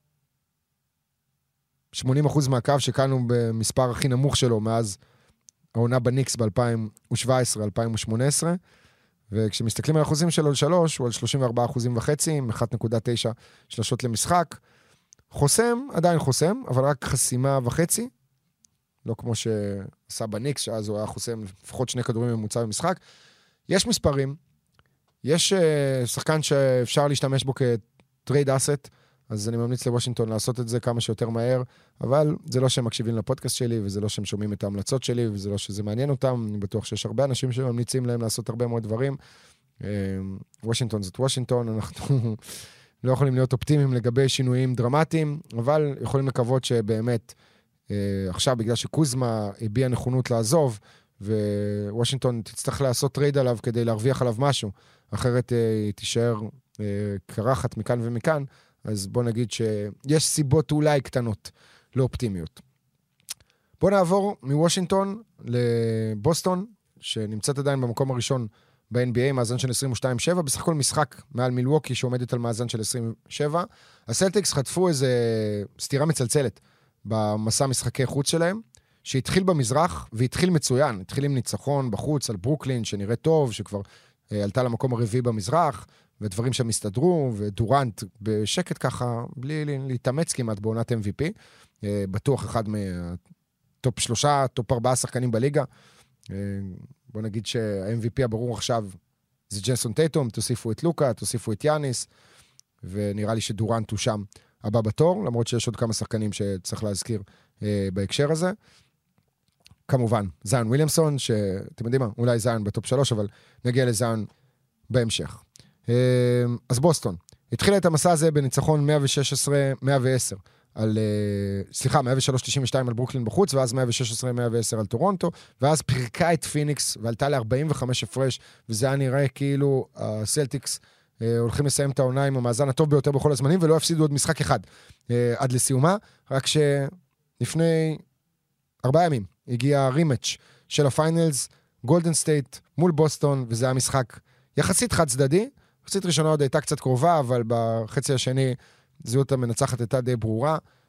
80% מהקו שקלנו במספר הכי נמוך שלו מאז העונה בניקס ב-2017-2018, וכשמסתכלים על האחוזים שלו לשלוש, הוא על 34.5%, 1.9 שלשות למשחק. חוסם, עדיין חוסם, אבל רק חסימה וחצי, לא כמו שעשה בניקס, שאז הוא היה חוסם לפחות 2 כדורים ממוצע במשחק. יש מספרים, יש שחקן שאפשר להשתמש בו כטרייד אסט, אז אני ממליץ לוושינגטון לעשות את זה כמה שיותר מהר, אבל זה לא שהם מקשיבים לפודקאסט שלי, וזה לא שהם שומעים את ההמלצות שלי, וזה לא שזה מעניין אותם. אני בטוח שיש הרבה אנשים שממליצים להם לעשות הרבה מאוד דברים. וושינגטון זאת וושינגטון, אנחנו לא יכולים להיות אופטימיים לגבי שינויים דרמטיים, אבל יכולים לקוות שבאמת, עכשיו בגלל שקוזמה הביע נכונות לעזוב, ווושינגטון תצטרך לעשות טרייד עליו כדי להרוויח עליו משהו, אחרת היא תישאר קרחת מכאן ומכאן, אז בוא נגיד שיש סיבות אולי קטנות לאופטימיות. בוא נעבור מוושינגטון לבוסטון, שנמצאת עדיין במקום הראשון ב-NBA, מאזן של 22-7, בסך הכל משחק מעל מילווקי שעומדת על מאזן של 27. הסלטיקס חטפו איזה סתירה מצלצלת במסע משחקי חוץ שלהם, שהתחיל במזרח והתחיל מצוין, התחיל עם ניצחון בחוץ על ברוקלין, שנראה טוב, שכבר עלתה למקום הרביעי במזרח, ודברים שם הסתדרו, ודורנט בשקט ככה, בלי להתאמץ כמעט בעונת MVP, בטוח אחד מהטופ 3, טופ 4 שחקנים בליגה. בוא נגיד שה-MVP הברור עכשיו זה ג'ייסון טייטום, תוסיפו את לוקה, תוסיפו את יאניס, ונראה לי שדורנט הוא שם הבא בתור, למרות שיש עוד כמה שחקנים שצריך להזכיר בהקשר הזה. כמובן, זיון וויליאמסון, שאתם יודעים מה, אולי זיון בטופ 3, אבל נגיע לזיון בהמשך. אז בוסטון, התחילה את המסע הזה בניצחון 116-110 על, 103-92 על ברוקלין בחוץ, ואז 116-110 על טורונטו, ואז פרקה את פיניקס, ועלתה ל-45 הפרש, וזה היה נראה כאילו הסלטיקס הולכים לסיים את העונה עם המאזן הטוב ביותר בכל הזמנים, ולא הפסידו עוד משחק אחד עד לסיומה, רק שלפני 4 ימים הגיע רימץ' של הפיינלס, גולדן סטייט מול בוסטון, וזה היה משחק יחסית חד צדדי, חצית ראשונה עוד הייתה קצת קרובה, אבל בחצי השני זהות המנצחת הייתה די ברורה, 116-110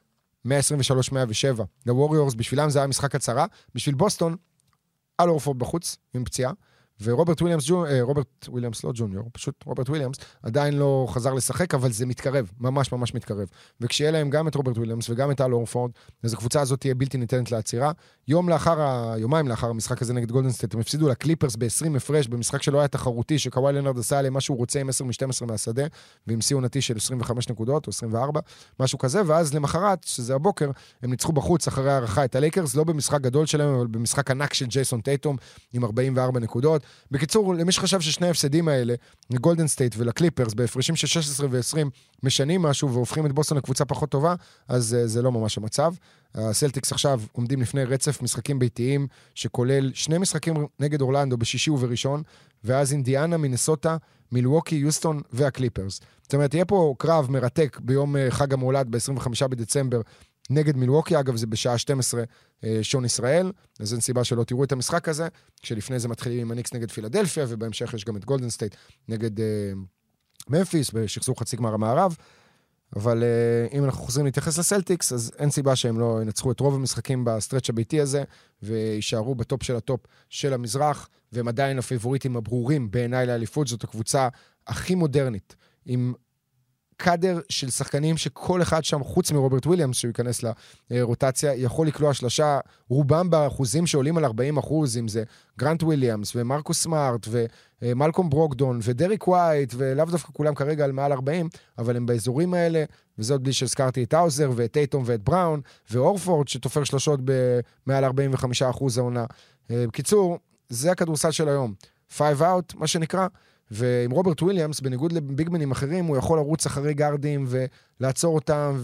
123-107 לווריורס, בשבילם זה היה משחק הצהרה, בשביל בוסטון, אל אורפורד בחוץ, עם פציעה, ורוברט וויליאמס, לא ג'וניור, פשוט רוברט וויליאמס, עדיין לא חזר לשחק, אבל זה מתקרב, ממש ממש מתקרב. וכשיהיה להם גם את רוברט וויליאמס וגם את אל אורפורד, אז הקבוצה הזאת תהיה בלתי ניתנת לעצירה. יומיים לאחר המשחק הזה נגד גולדן סטייט, הם הפסידו לקליפרס ב-20 הפרש, במשחק שלא היה תחרותי, שקוואי לנארד עשה עליהם מה שהוא רוצה עם 10-12 מהשדה, ועם שיא עונתי של 25 נקודות או 24, משהו כזה, ואז למחרת, שזה הבוקר, הם ניצחו בחוץ אחרי הערכה את הלייקרס, לא במשחק גדול שלהם, אבל במשחק ענק של ג'ייסון טייטום עם 44 נקודות. בקיצור, למי שחשב ששני ההפסדים האלה, לגולדן סטייט ולקליפרס, בהפרשים של 16 ו-20, משנים משהו והופכים את בוסטון לקבוצה פחות טובה, אז זה לא ממש המצב. הסלטיקס עכשיו עומדים לפני רצף משחקים ביתיים, שכולל 2 משחקים נגד אורלנדו בשישי ובראשון, ואז אינדיאנה, מינסוטה, מילווקי, יוסטון והקליפרס. זאת אומרת, יהיה פה קרב מרתק ביום חג המולד ב-25 בדצמבר, נגד מילווקי, אגב זה בשעה 12 שון ישראל, אז אין סיבה שלא תראו את המשחק הזה, כשלפני זה מתחילים עם הניקס נגד פילדלפיה, ובהמשך יש גם את גולדן סטייט נגד ממפיס, בשחזור חצי גמר המערב, אבל אם אנחנו חוזרים להתייחס לסלטיקס, אז אין סיבה שהם לא ינצחו את רוב המשחקים בסטרץ' הביתי הזה, וישארו בטופ של הטופ של המזרח, והם עדיין הפייבוריטים הברורים בעיניי לאליפות, זאת הקבוצה הכי מודרנית, עם קאדר של שחקנים שכל אחד שם, חוץ מרוברט וויליאמס, שהוא ייכנס לרוטציה, יכול לקלוע שלשה, רובם באחוזים שעולים על 40%, אם זה גרנט וויליאמס, ומרקוס סמארט, ומלקום ברוקדון, ודריק ווייט, ולאו דווקא כולם כרגע על מעל 40, אבל הם באזורים האלה, וזה עוד בלי שהזכרתי את האוזר, ואת טייטום ואת בראון, ואורפורד, שתופר שלשות במעל 45% העונה. בקיצור, זה הכדורסל של היום. 5 out, מה שנקרא, ועם רוברט וויליאמס, בניגוד לביגמנים אחרים, הוא יכול לרוץ אחרי גארדים ולעצור אותם,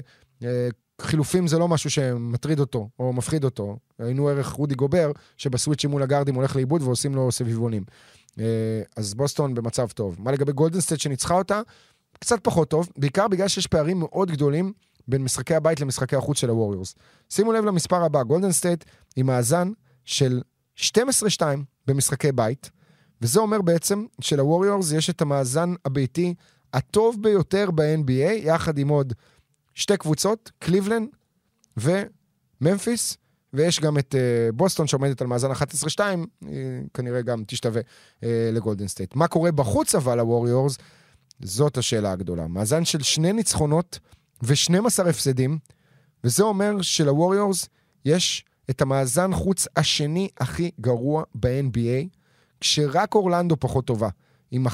וחילופים זה לא משהו שמטריד אותו או מפחיד אותו. היינו ערך רודי גובר, שבסוויצ'ים מול הגארדים הולך לאיבוד ועושים לו סביבונים. אז בוסטון במצב טוב. מה לגבי גולדן סטייט שניצחה אותה? קצת פחות טוב, בעיקר בגלל שיש פערים מאוד גדולים בין משחקי הבית למשחקי החוץ של הווריורס. שימו לב למספר הבא, גולדן סטייט עם מאזן של 12-2 במשחקי בית, וזה אומר בעצם שלווריורס יש את המאזן הביתי הטוב ביותר ב-NBA, יחד עם עוד 2 קבוצות, קליבלנד וממפיס, ויש גם את בוסטון שעומדת על מאזן 11-2, כנראה גם תשתווה לגולדן סטייט. מה קורה בחוץ אבל לווריורס? זאת השאלה הגדולה. מאזן של 2 ניצחונות ו12 הפסדים, וזה אומר שלווריורס יש את המאזן חוץ השני הכי גרוע ב-NBA, כשרק אורלנדו פחות טובה, עם 1-11,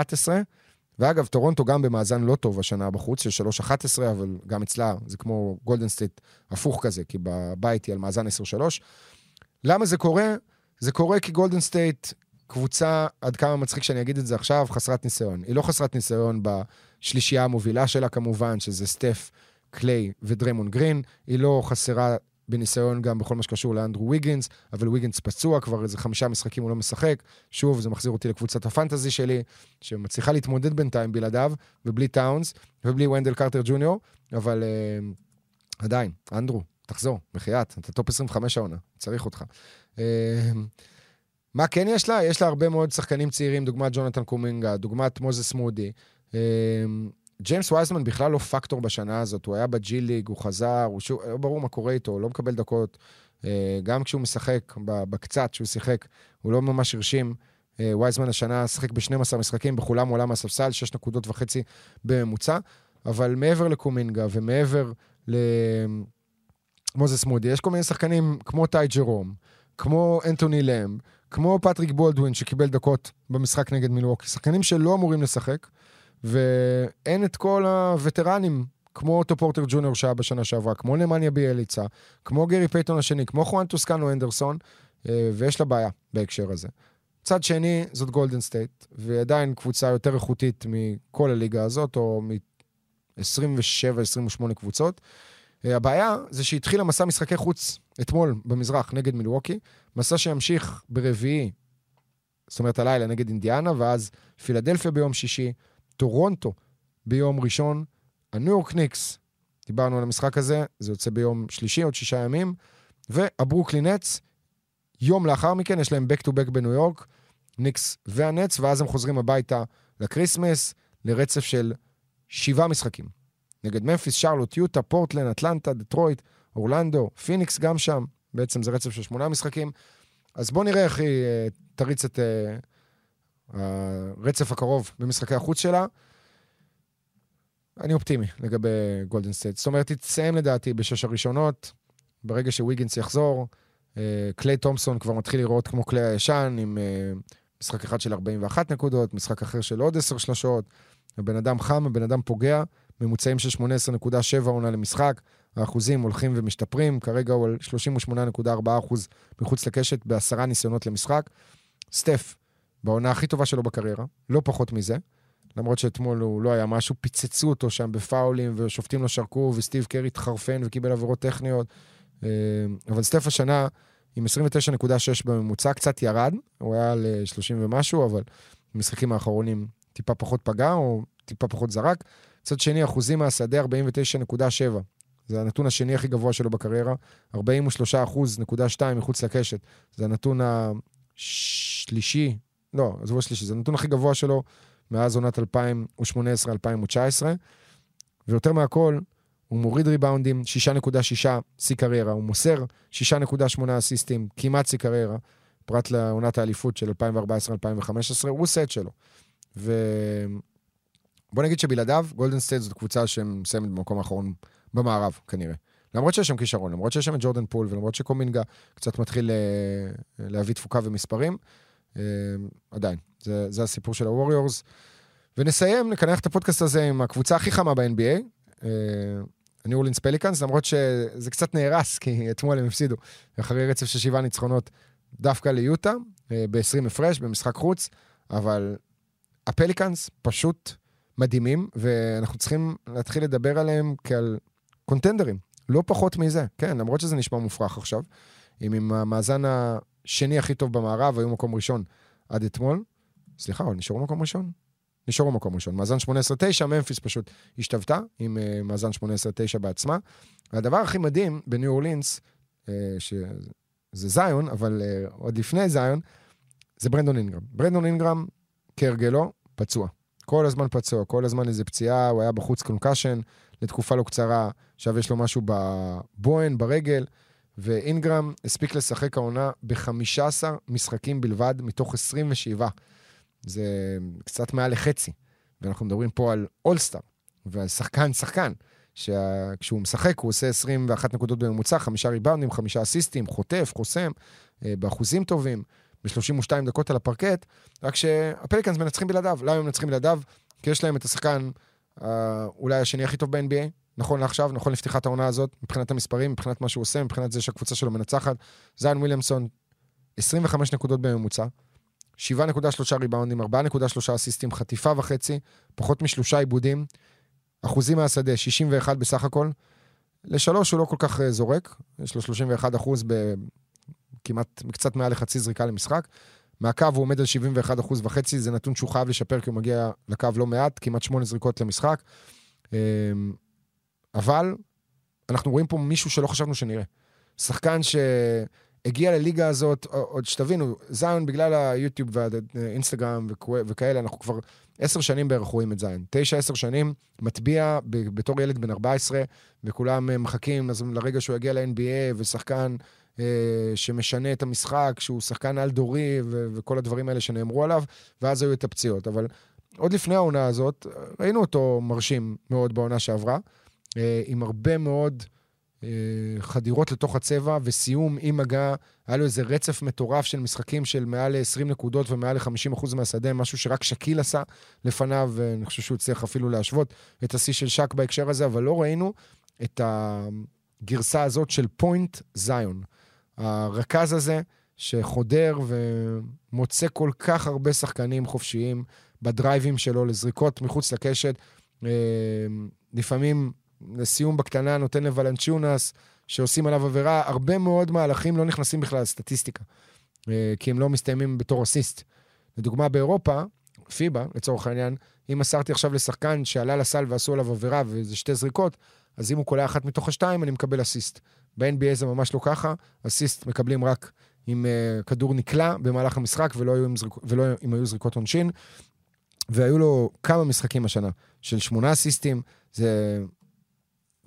ואגב, טורונטו גם במאזן לא טוב השנה בחוץ, של 3-11, אבל גם אצלה זה כמו גולדן סטייט הפוך כזה, כי בבית היא על מאזן 10-3. למה זה קורה? זה קורה כי גולדן סטייט, קבוצה, עד כמה מצחיק שאני אגיד את זה עכשיו, חסרת ניסיון. היא לא חסרת ניסיון בשלישייה המובילה שלה כמובן, שזה סטף, קליי ודריימון גרין, היא לא חסרה בניסיון גם בכל מה שקשור לאנדרו ויגינס, אבל ויגינס פצוע, כבר איזה 5 משחקים הוא לא משחק, שוב, זה מחזיר אותי לקבוצת הפנטזי שלי, שמצליחה להתמודד בינתיים בלעדיו, ובלי טאונס, ובלי ונדל קרטר ג'וניור, אבל עדיין, אנדרו, תחזור, בחייאת, אתה טופ 25 העונה, צריך אותך. מה כן יש לה? יש לה הרבה מאוד שחקנים צעירים, דוגמת ג'ונתן קומינגה, דוגמת מוזס מודי, ג'יימס וייזמן בכלל לא פקטור בשנה הזאת, הוא היה בג'י ליג, הוא חזר, לא ברור מה קורה איתו, הוא לא מקבל דקות, גם כשהוא משחק, בקצת שהוא שיחק, הוא לא ממש הרשים, וייזמן השנה שחק ב-12 משחקים, בכולם עולה מהספסל, 6.5 נקודות בממוצע, אבל מעבר לקומינגה ומעבר למוזס מודי, יש כל מיני שחקנים כמו טי ג'רום, כמו אנטוני למב, כמו פטריק בולדווין שקיבל דקות במשחק נגד מילווקי, שחקנים שלא אמורים לשחק, ואין את כל הווטרנים, כמו אוטו פורטר ג'וניור שהיה בשנה שעברה, כמו נמניה ביאליצה, כמו גרי פייטון השני, כמו חואן טוסקנו אנדרסון, ויש לה בעיה בהקשר הזה. צד שני, זאת גולדן סטייט, ועדיין קבוצה יותר איכותית מכל הליגה הזאת, או מ-27-28 קבוצות. הבעיה זה שהתחילה מסע משחקי חוץ אתמול במזרח נגד מילווקי, מסע שימשיך ברביעי, זאת אומרת הלילה נגד אינדיאנה, ואז פילדלפיה ביום שישי, טורונטו ביום ראשון, הניו יורק ניקס, דיברנו על המשחק הזה, זה יוצא ביום שלישי, עוד 6 ימים, והברוקלין נטס, יום לאחר מכן, יש להם back to back בניו יורק, ניקס והנטס, ואז הם חוזרים הביתה לקריסמס, לרצף של 7 משחקים נגד ממפיס, שרלוט, יוטה, פורטלנד, אטלנטה, דטרויט, אורלנדו, פיניקס גם שם, בעצם זה רצף של 8 משחקים. אז בואו נראה איך היא תריץ את הרצף הקרוב במשחקי החוץ שלה. אני אופטימי לגבי גולדן סטייט. זאת אומרת, היא תסיים לדעתי בשש הראשונות, ברגע שוויגינס יחזור, קליי תומפסון כבר מתחיל לראות כמו קליי הישן, עם משחק אחד של 41 נקודות, משחק אחר של עוד 10 שלשות, הבן אדם חם, הבן אדם פוגע, ממוצעים של 18.7 עונה למשחק, האחוזים הולכים ומשתפרים, כרגע הוא על 38.4% מחוץ לקשת, ב10 ניסיונות למשחק. סטף, בעונה הכי טובה שלו בקריירה, לא פחות מזה, למרות שאתמול הוא לא היה משהו, פיצצו אותו שם בפאולים, ושופטים לו שרקו, וסטיב קרי התחרפן וקיבל עבירות טכניות, אבל סטף השנה, עם 29.6 בממוצע, קצת ירד, הוא היה על 30 ומשהו, אבל במשחקים האחרונים טיפה פחות פגע, או טיפה פחות זרק. צד שני, אחוזים מהשדה 49.7. זה הנתון השני הכי גבוה שלו בקריירה, 43.2 מחוץ לקשת. זה הנתון השלישי, לא, עזבו השלישי, זה הנתון הכי גבוה שלו מאז עונת 2018-2019. ויותר מהכל, הוא מוריד ריבאונדים, 6.6 שיא קריירה, הוא מוסר 6.8 אסיסטים, כמעט שיא קריירה, פרט לעונת האליפות של 2014-2015, הוא עושה את שלו. ובוא נגיד שבלעדיו, גולדן סטייט זאת קבוצה שמסיימת במקום האחרון במערב, כנראה. למרות שיש שם כישרון, למרות שיש שם את ג'ורדן פול, ולמרות שקומינגה קצת מתחיל להביא תפוקה ומספרים, עדיין, זה הסיפור של הווריורס. ונסיים, נקנח את הפודקאסט הזה עם הקבוצה הכי חמה ב-NBA, הניו אורלינס פליקאנס, למרות שזה קצת נהרס, כי אתמול הם הפסידו, אחרי רצף של 7 ניצחונות, דווקא ליוטה, ב-20 הפרש, במשחק חוץ, אבל הפליקאנס פשוט מדהימים, ואנחנו צריכים להתחיל לדבר עליהם כעל קונטנדרים, לא פחות מזה, כן, למרות שזה נשמע מופרך עכשיו, עם המאזן השני הכי טוב במערב, היו מקום ראשון עד אתמול, סליחה, אבל נשארו מקום ראשון? נשארו מקום ראשון. מאזן 18-9, ממפיס פשוט השתוותה, עם מאזן 18-9 בעצמה. והדבר הכי מדהים בניו אורלינס, שזה זיון, אבל עוד לפני זיון, זה ברנדון אינגרם. ברנדון אינגרם, כהרגלו, פצוע. כל הזמן פצוע, כל הזמן איזה פציעה, הוא היה בחוץ קונקשן, לתקופה לא קצרה, עכשיו יש לו משהו בבוהן, ברגל, ואינגרם הספיק לשחק העונה ב-15 משחקים בלבד, מתוך 27. זה קצת מעל לחצי, ואנחנו מדברים פה על אולסטאר, והשחקן, כשהוא משחק, הוא עושה 21 נקודות בממוצע, 5 ריבאונדים, 5 אסיסטים, חוטף, חוסם, באחוזים טובים, ב-32 דקות על הפרקט, רק שהפליקאנס מנצחים בלעדיו. למה הם מנצחים בלעדיו? כי יש להם את השחקן אולי השני הכי טוב ב-NBA, נכון לעכשיו, נכון לפתיחת העונה הזאת, מבחינת המספרים, מבחינת מה שהוא עושה, מבחינת זה שהקבוצה שלו מנצחת. זיון וויליאמסון, 25 נקודות בממוצע, 7.3 ריבאונדים, 4.3 אסיסטים, חטיפה וחצי, פחות משלושה עיבודים, אחוזים מהשדה, 61 בסך הכל, לשלוש הוא לא כל כך זורק, יש לו 31% כמעט, קצת מעל לחצי זריקה למשחק, מהקו הוא עומד על 71.5%, זה נתון שהוא חייב לשפר, כי הוא מגיע לקו לא מעט, כמעט 8 זריקות למשחק, אבל אנחנו רואים פה מישהו שלא חשבנו שנראה, שחקן הגיע לליגה הזאת, עוד שתבינו, זיון בגלל היוטיוב והאינסטגרם וכאלה, אנחנו כבר 10 שנים בערך רואים את זיון. 9-10 שנים, מטביע בתור ילד בן 14, וכולם מחכים לרגע שהוא יגיע ל-NBA, ושחקן שמשנה את המשחק, שהוא שחקן על דורי, וכל הדברים האלה שנאמרו עליו, ואז היו את הפציעות. אבל עוד לפני העונה הזאת, ראינו אותו מרשים מאוד בעונה שעברה, עם הרבה מאוד חדירות לתוך הצבע, וסיום עם מגע, היה לו איזה רצף מטורף של משחקים של מעל 20 נקודות ומעל 50% מהשדה, משהו שרק שקיל עשה לפניו, ואני חושב שהוא צריך אפילו להשוות את השיא של שק בהקשר הזה, אבל לא ראינו את הגרסה הזאת של פוינט זיון. הרכז הזה שחודר ומוצא כל כך הרבה שחקנים חופשיים בדרייבים שלו, לזריקות מחוץ לקשת, לפעמים לסיום בקטנה נותן לוולנצ'יונס, שעושים עליו עבירה, הרבה מאוד מהלכים לא נכנסים בכלל לסטטיסטיקה, כי הם לא מסתיימים בתור אסיסט. לדוגמה באירופה, פיבה, לצורך העניין, אם מסרתי עכשיו לשחקן שעלה לסל ועשו עליו עבירה, וזה 2 זריקות, אז אם הוא קולע 1 מתוך 2, אני מקבל אסיסט. ב-NBA זה ממש לא ככה, אסיסט מקבלים רק אם כדור נקלע במהלך המשחק, ולא אם היו זריקות עונשין, והיו לו כמה משחקים השנה, של 8 אסיסטים, זה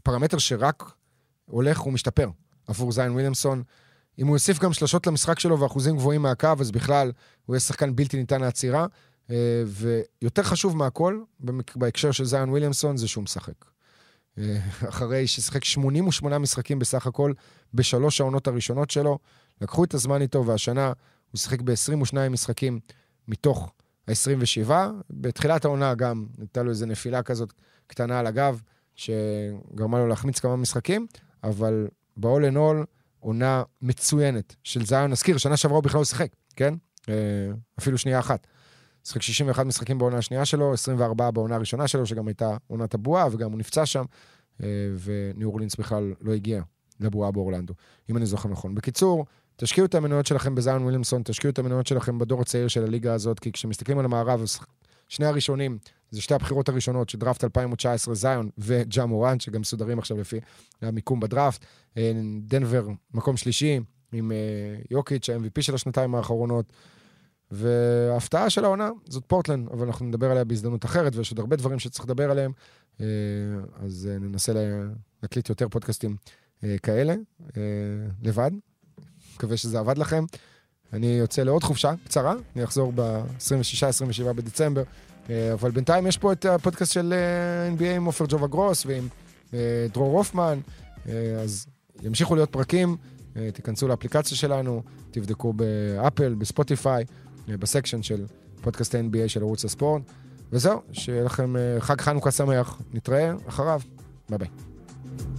פרמטר שרק הולך ומשתפר עבור זיון וויליאמסון. אם הוא יוסיף גם שלשות למשחק שלו ואחוזים גבוהים מהקו, אז בכלל הוא יהיה שחקן בלתי ניתן לעצירה, ויותר חשוב מהכל, בהקשר של זיון וויליאמסון, זה שהוא משחק. אחרי ששחק 88 משחקים בסך הכל, בשלוש העונות הראשונות שלו, לקחו את הזמן איתו, והשנה הוא שחק ב-22 משחקים מתוך ה-27, בתחילת העונה גם, הייתה לו איזו נפילה כזאת קטנה על הגב, שגרמה לו להחמיץ כמה משחקים, אבל ב-all in all, עונה מצוינת של זיון. נזכיר, שנה שעברה הוא בכלל הוא שחק, כן? אפילו שנייה אחת. שחק 61 משחקים בעונה השנייה שלו, 24 בעונה הראשונה שלו, שגם הייתה עונת הבועה, וגם הוא נפצע שם, וניו אורלינס בכלל לא הגיע לבועה באורלנדו, אם אני זוכר נכון. בקיצור, תשקיעו את המניות שלכם בזיון וויליאמסון, תשקיעו את המניות שלכם בדור הצעיר של הליגה הזאת, כי כשמסתכלים על המערב, שני הראשונים, זה שתי הבחירות הראשונות, שדראפט 2019, זיון וג'ה מורנט, שגם מסודרים עכשיו לפי המיקום בדראפט, דנבר מקום שלישי, עם יוקיץ', ה-MVP של השנתיים האחרונות, וההפתעה של העונה, זאת פורטלנד, אבל אנחנו נדבר עליה בהזדמנות אחרת, ויש עוד הרבה דברים שצריך לדבר עליהם, אז ננסה להקליט יותר פודקאסטים כאלה, לבד. מקווה שזה עבד לכם. אני יוצא לעוד חופשה קצרה, אני אחזור ב-26-27 בדצמבר, אבל בינתיים יש פה את הפודקאסט של NBA עם אופר ג'ובה גרוס ועם דרור הופמן, אז ימשיכו להיות פרקים, תיכנסו לאפליקציה שלנו, תבדקו באפל, בספוטיפיי, בסקשן של פודקאסט NBA של ערוץ הספורט, וזהו, שיהיה לכם חג חנוכה שמח, נתראה אחריו, ביי ביי.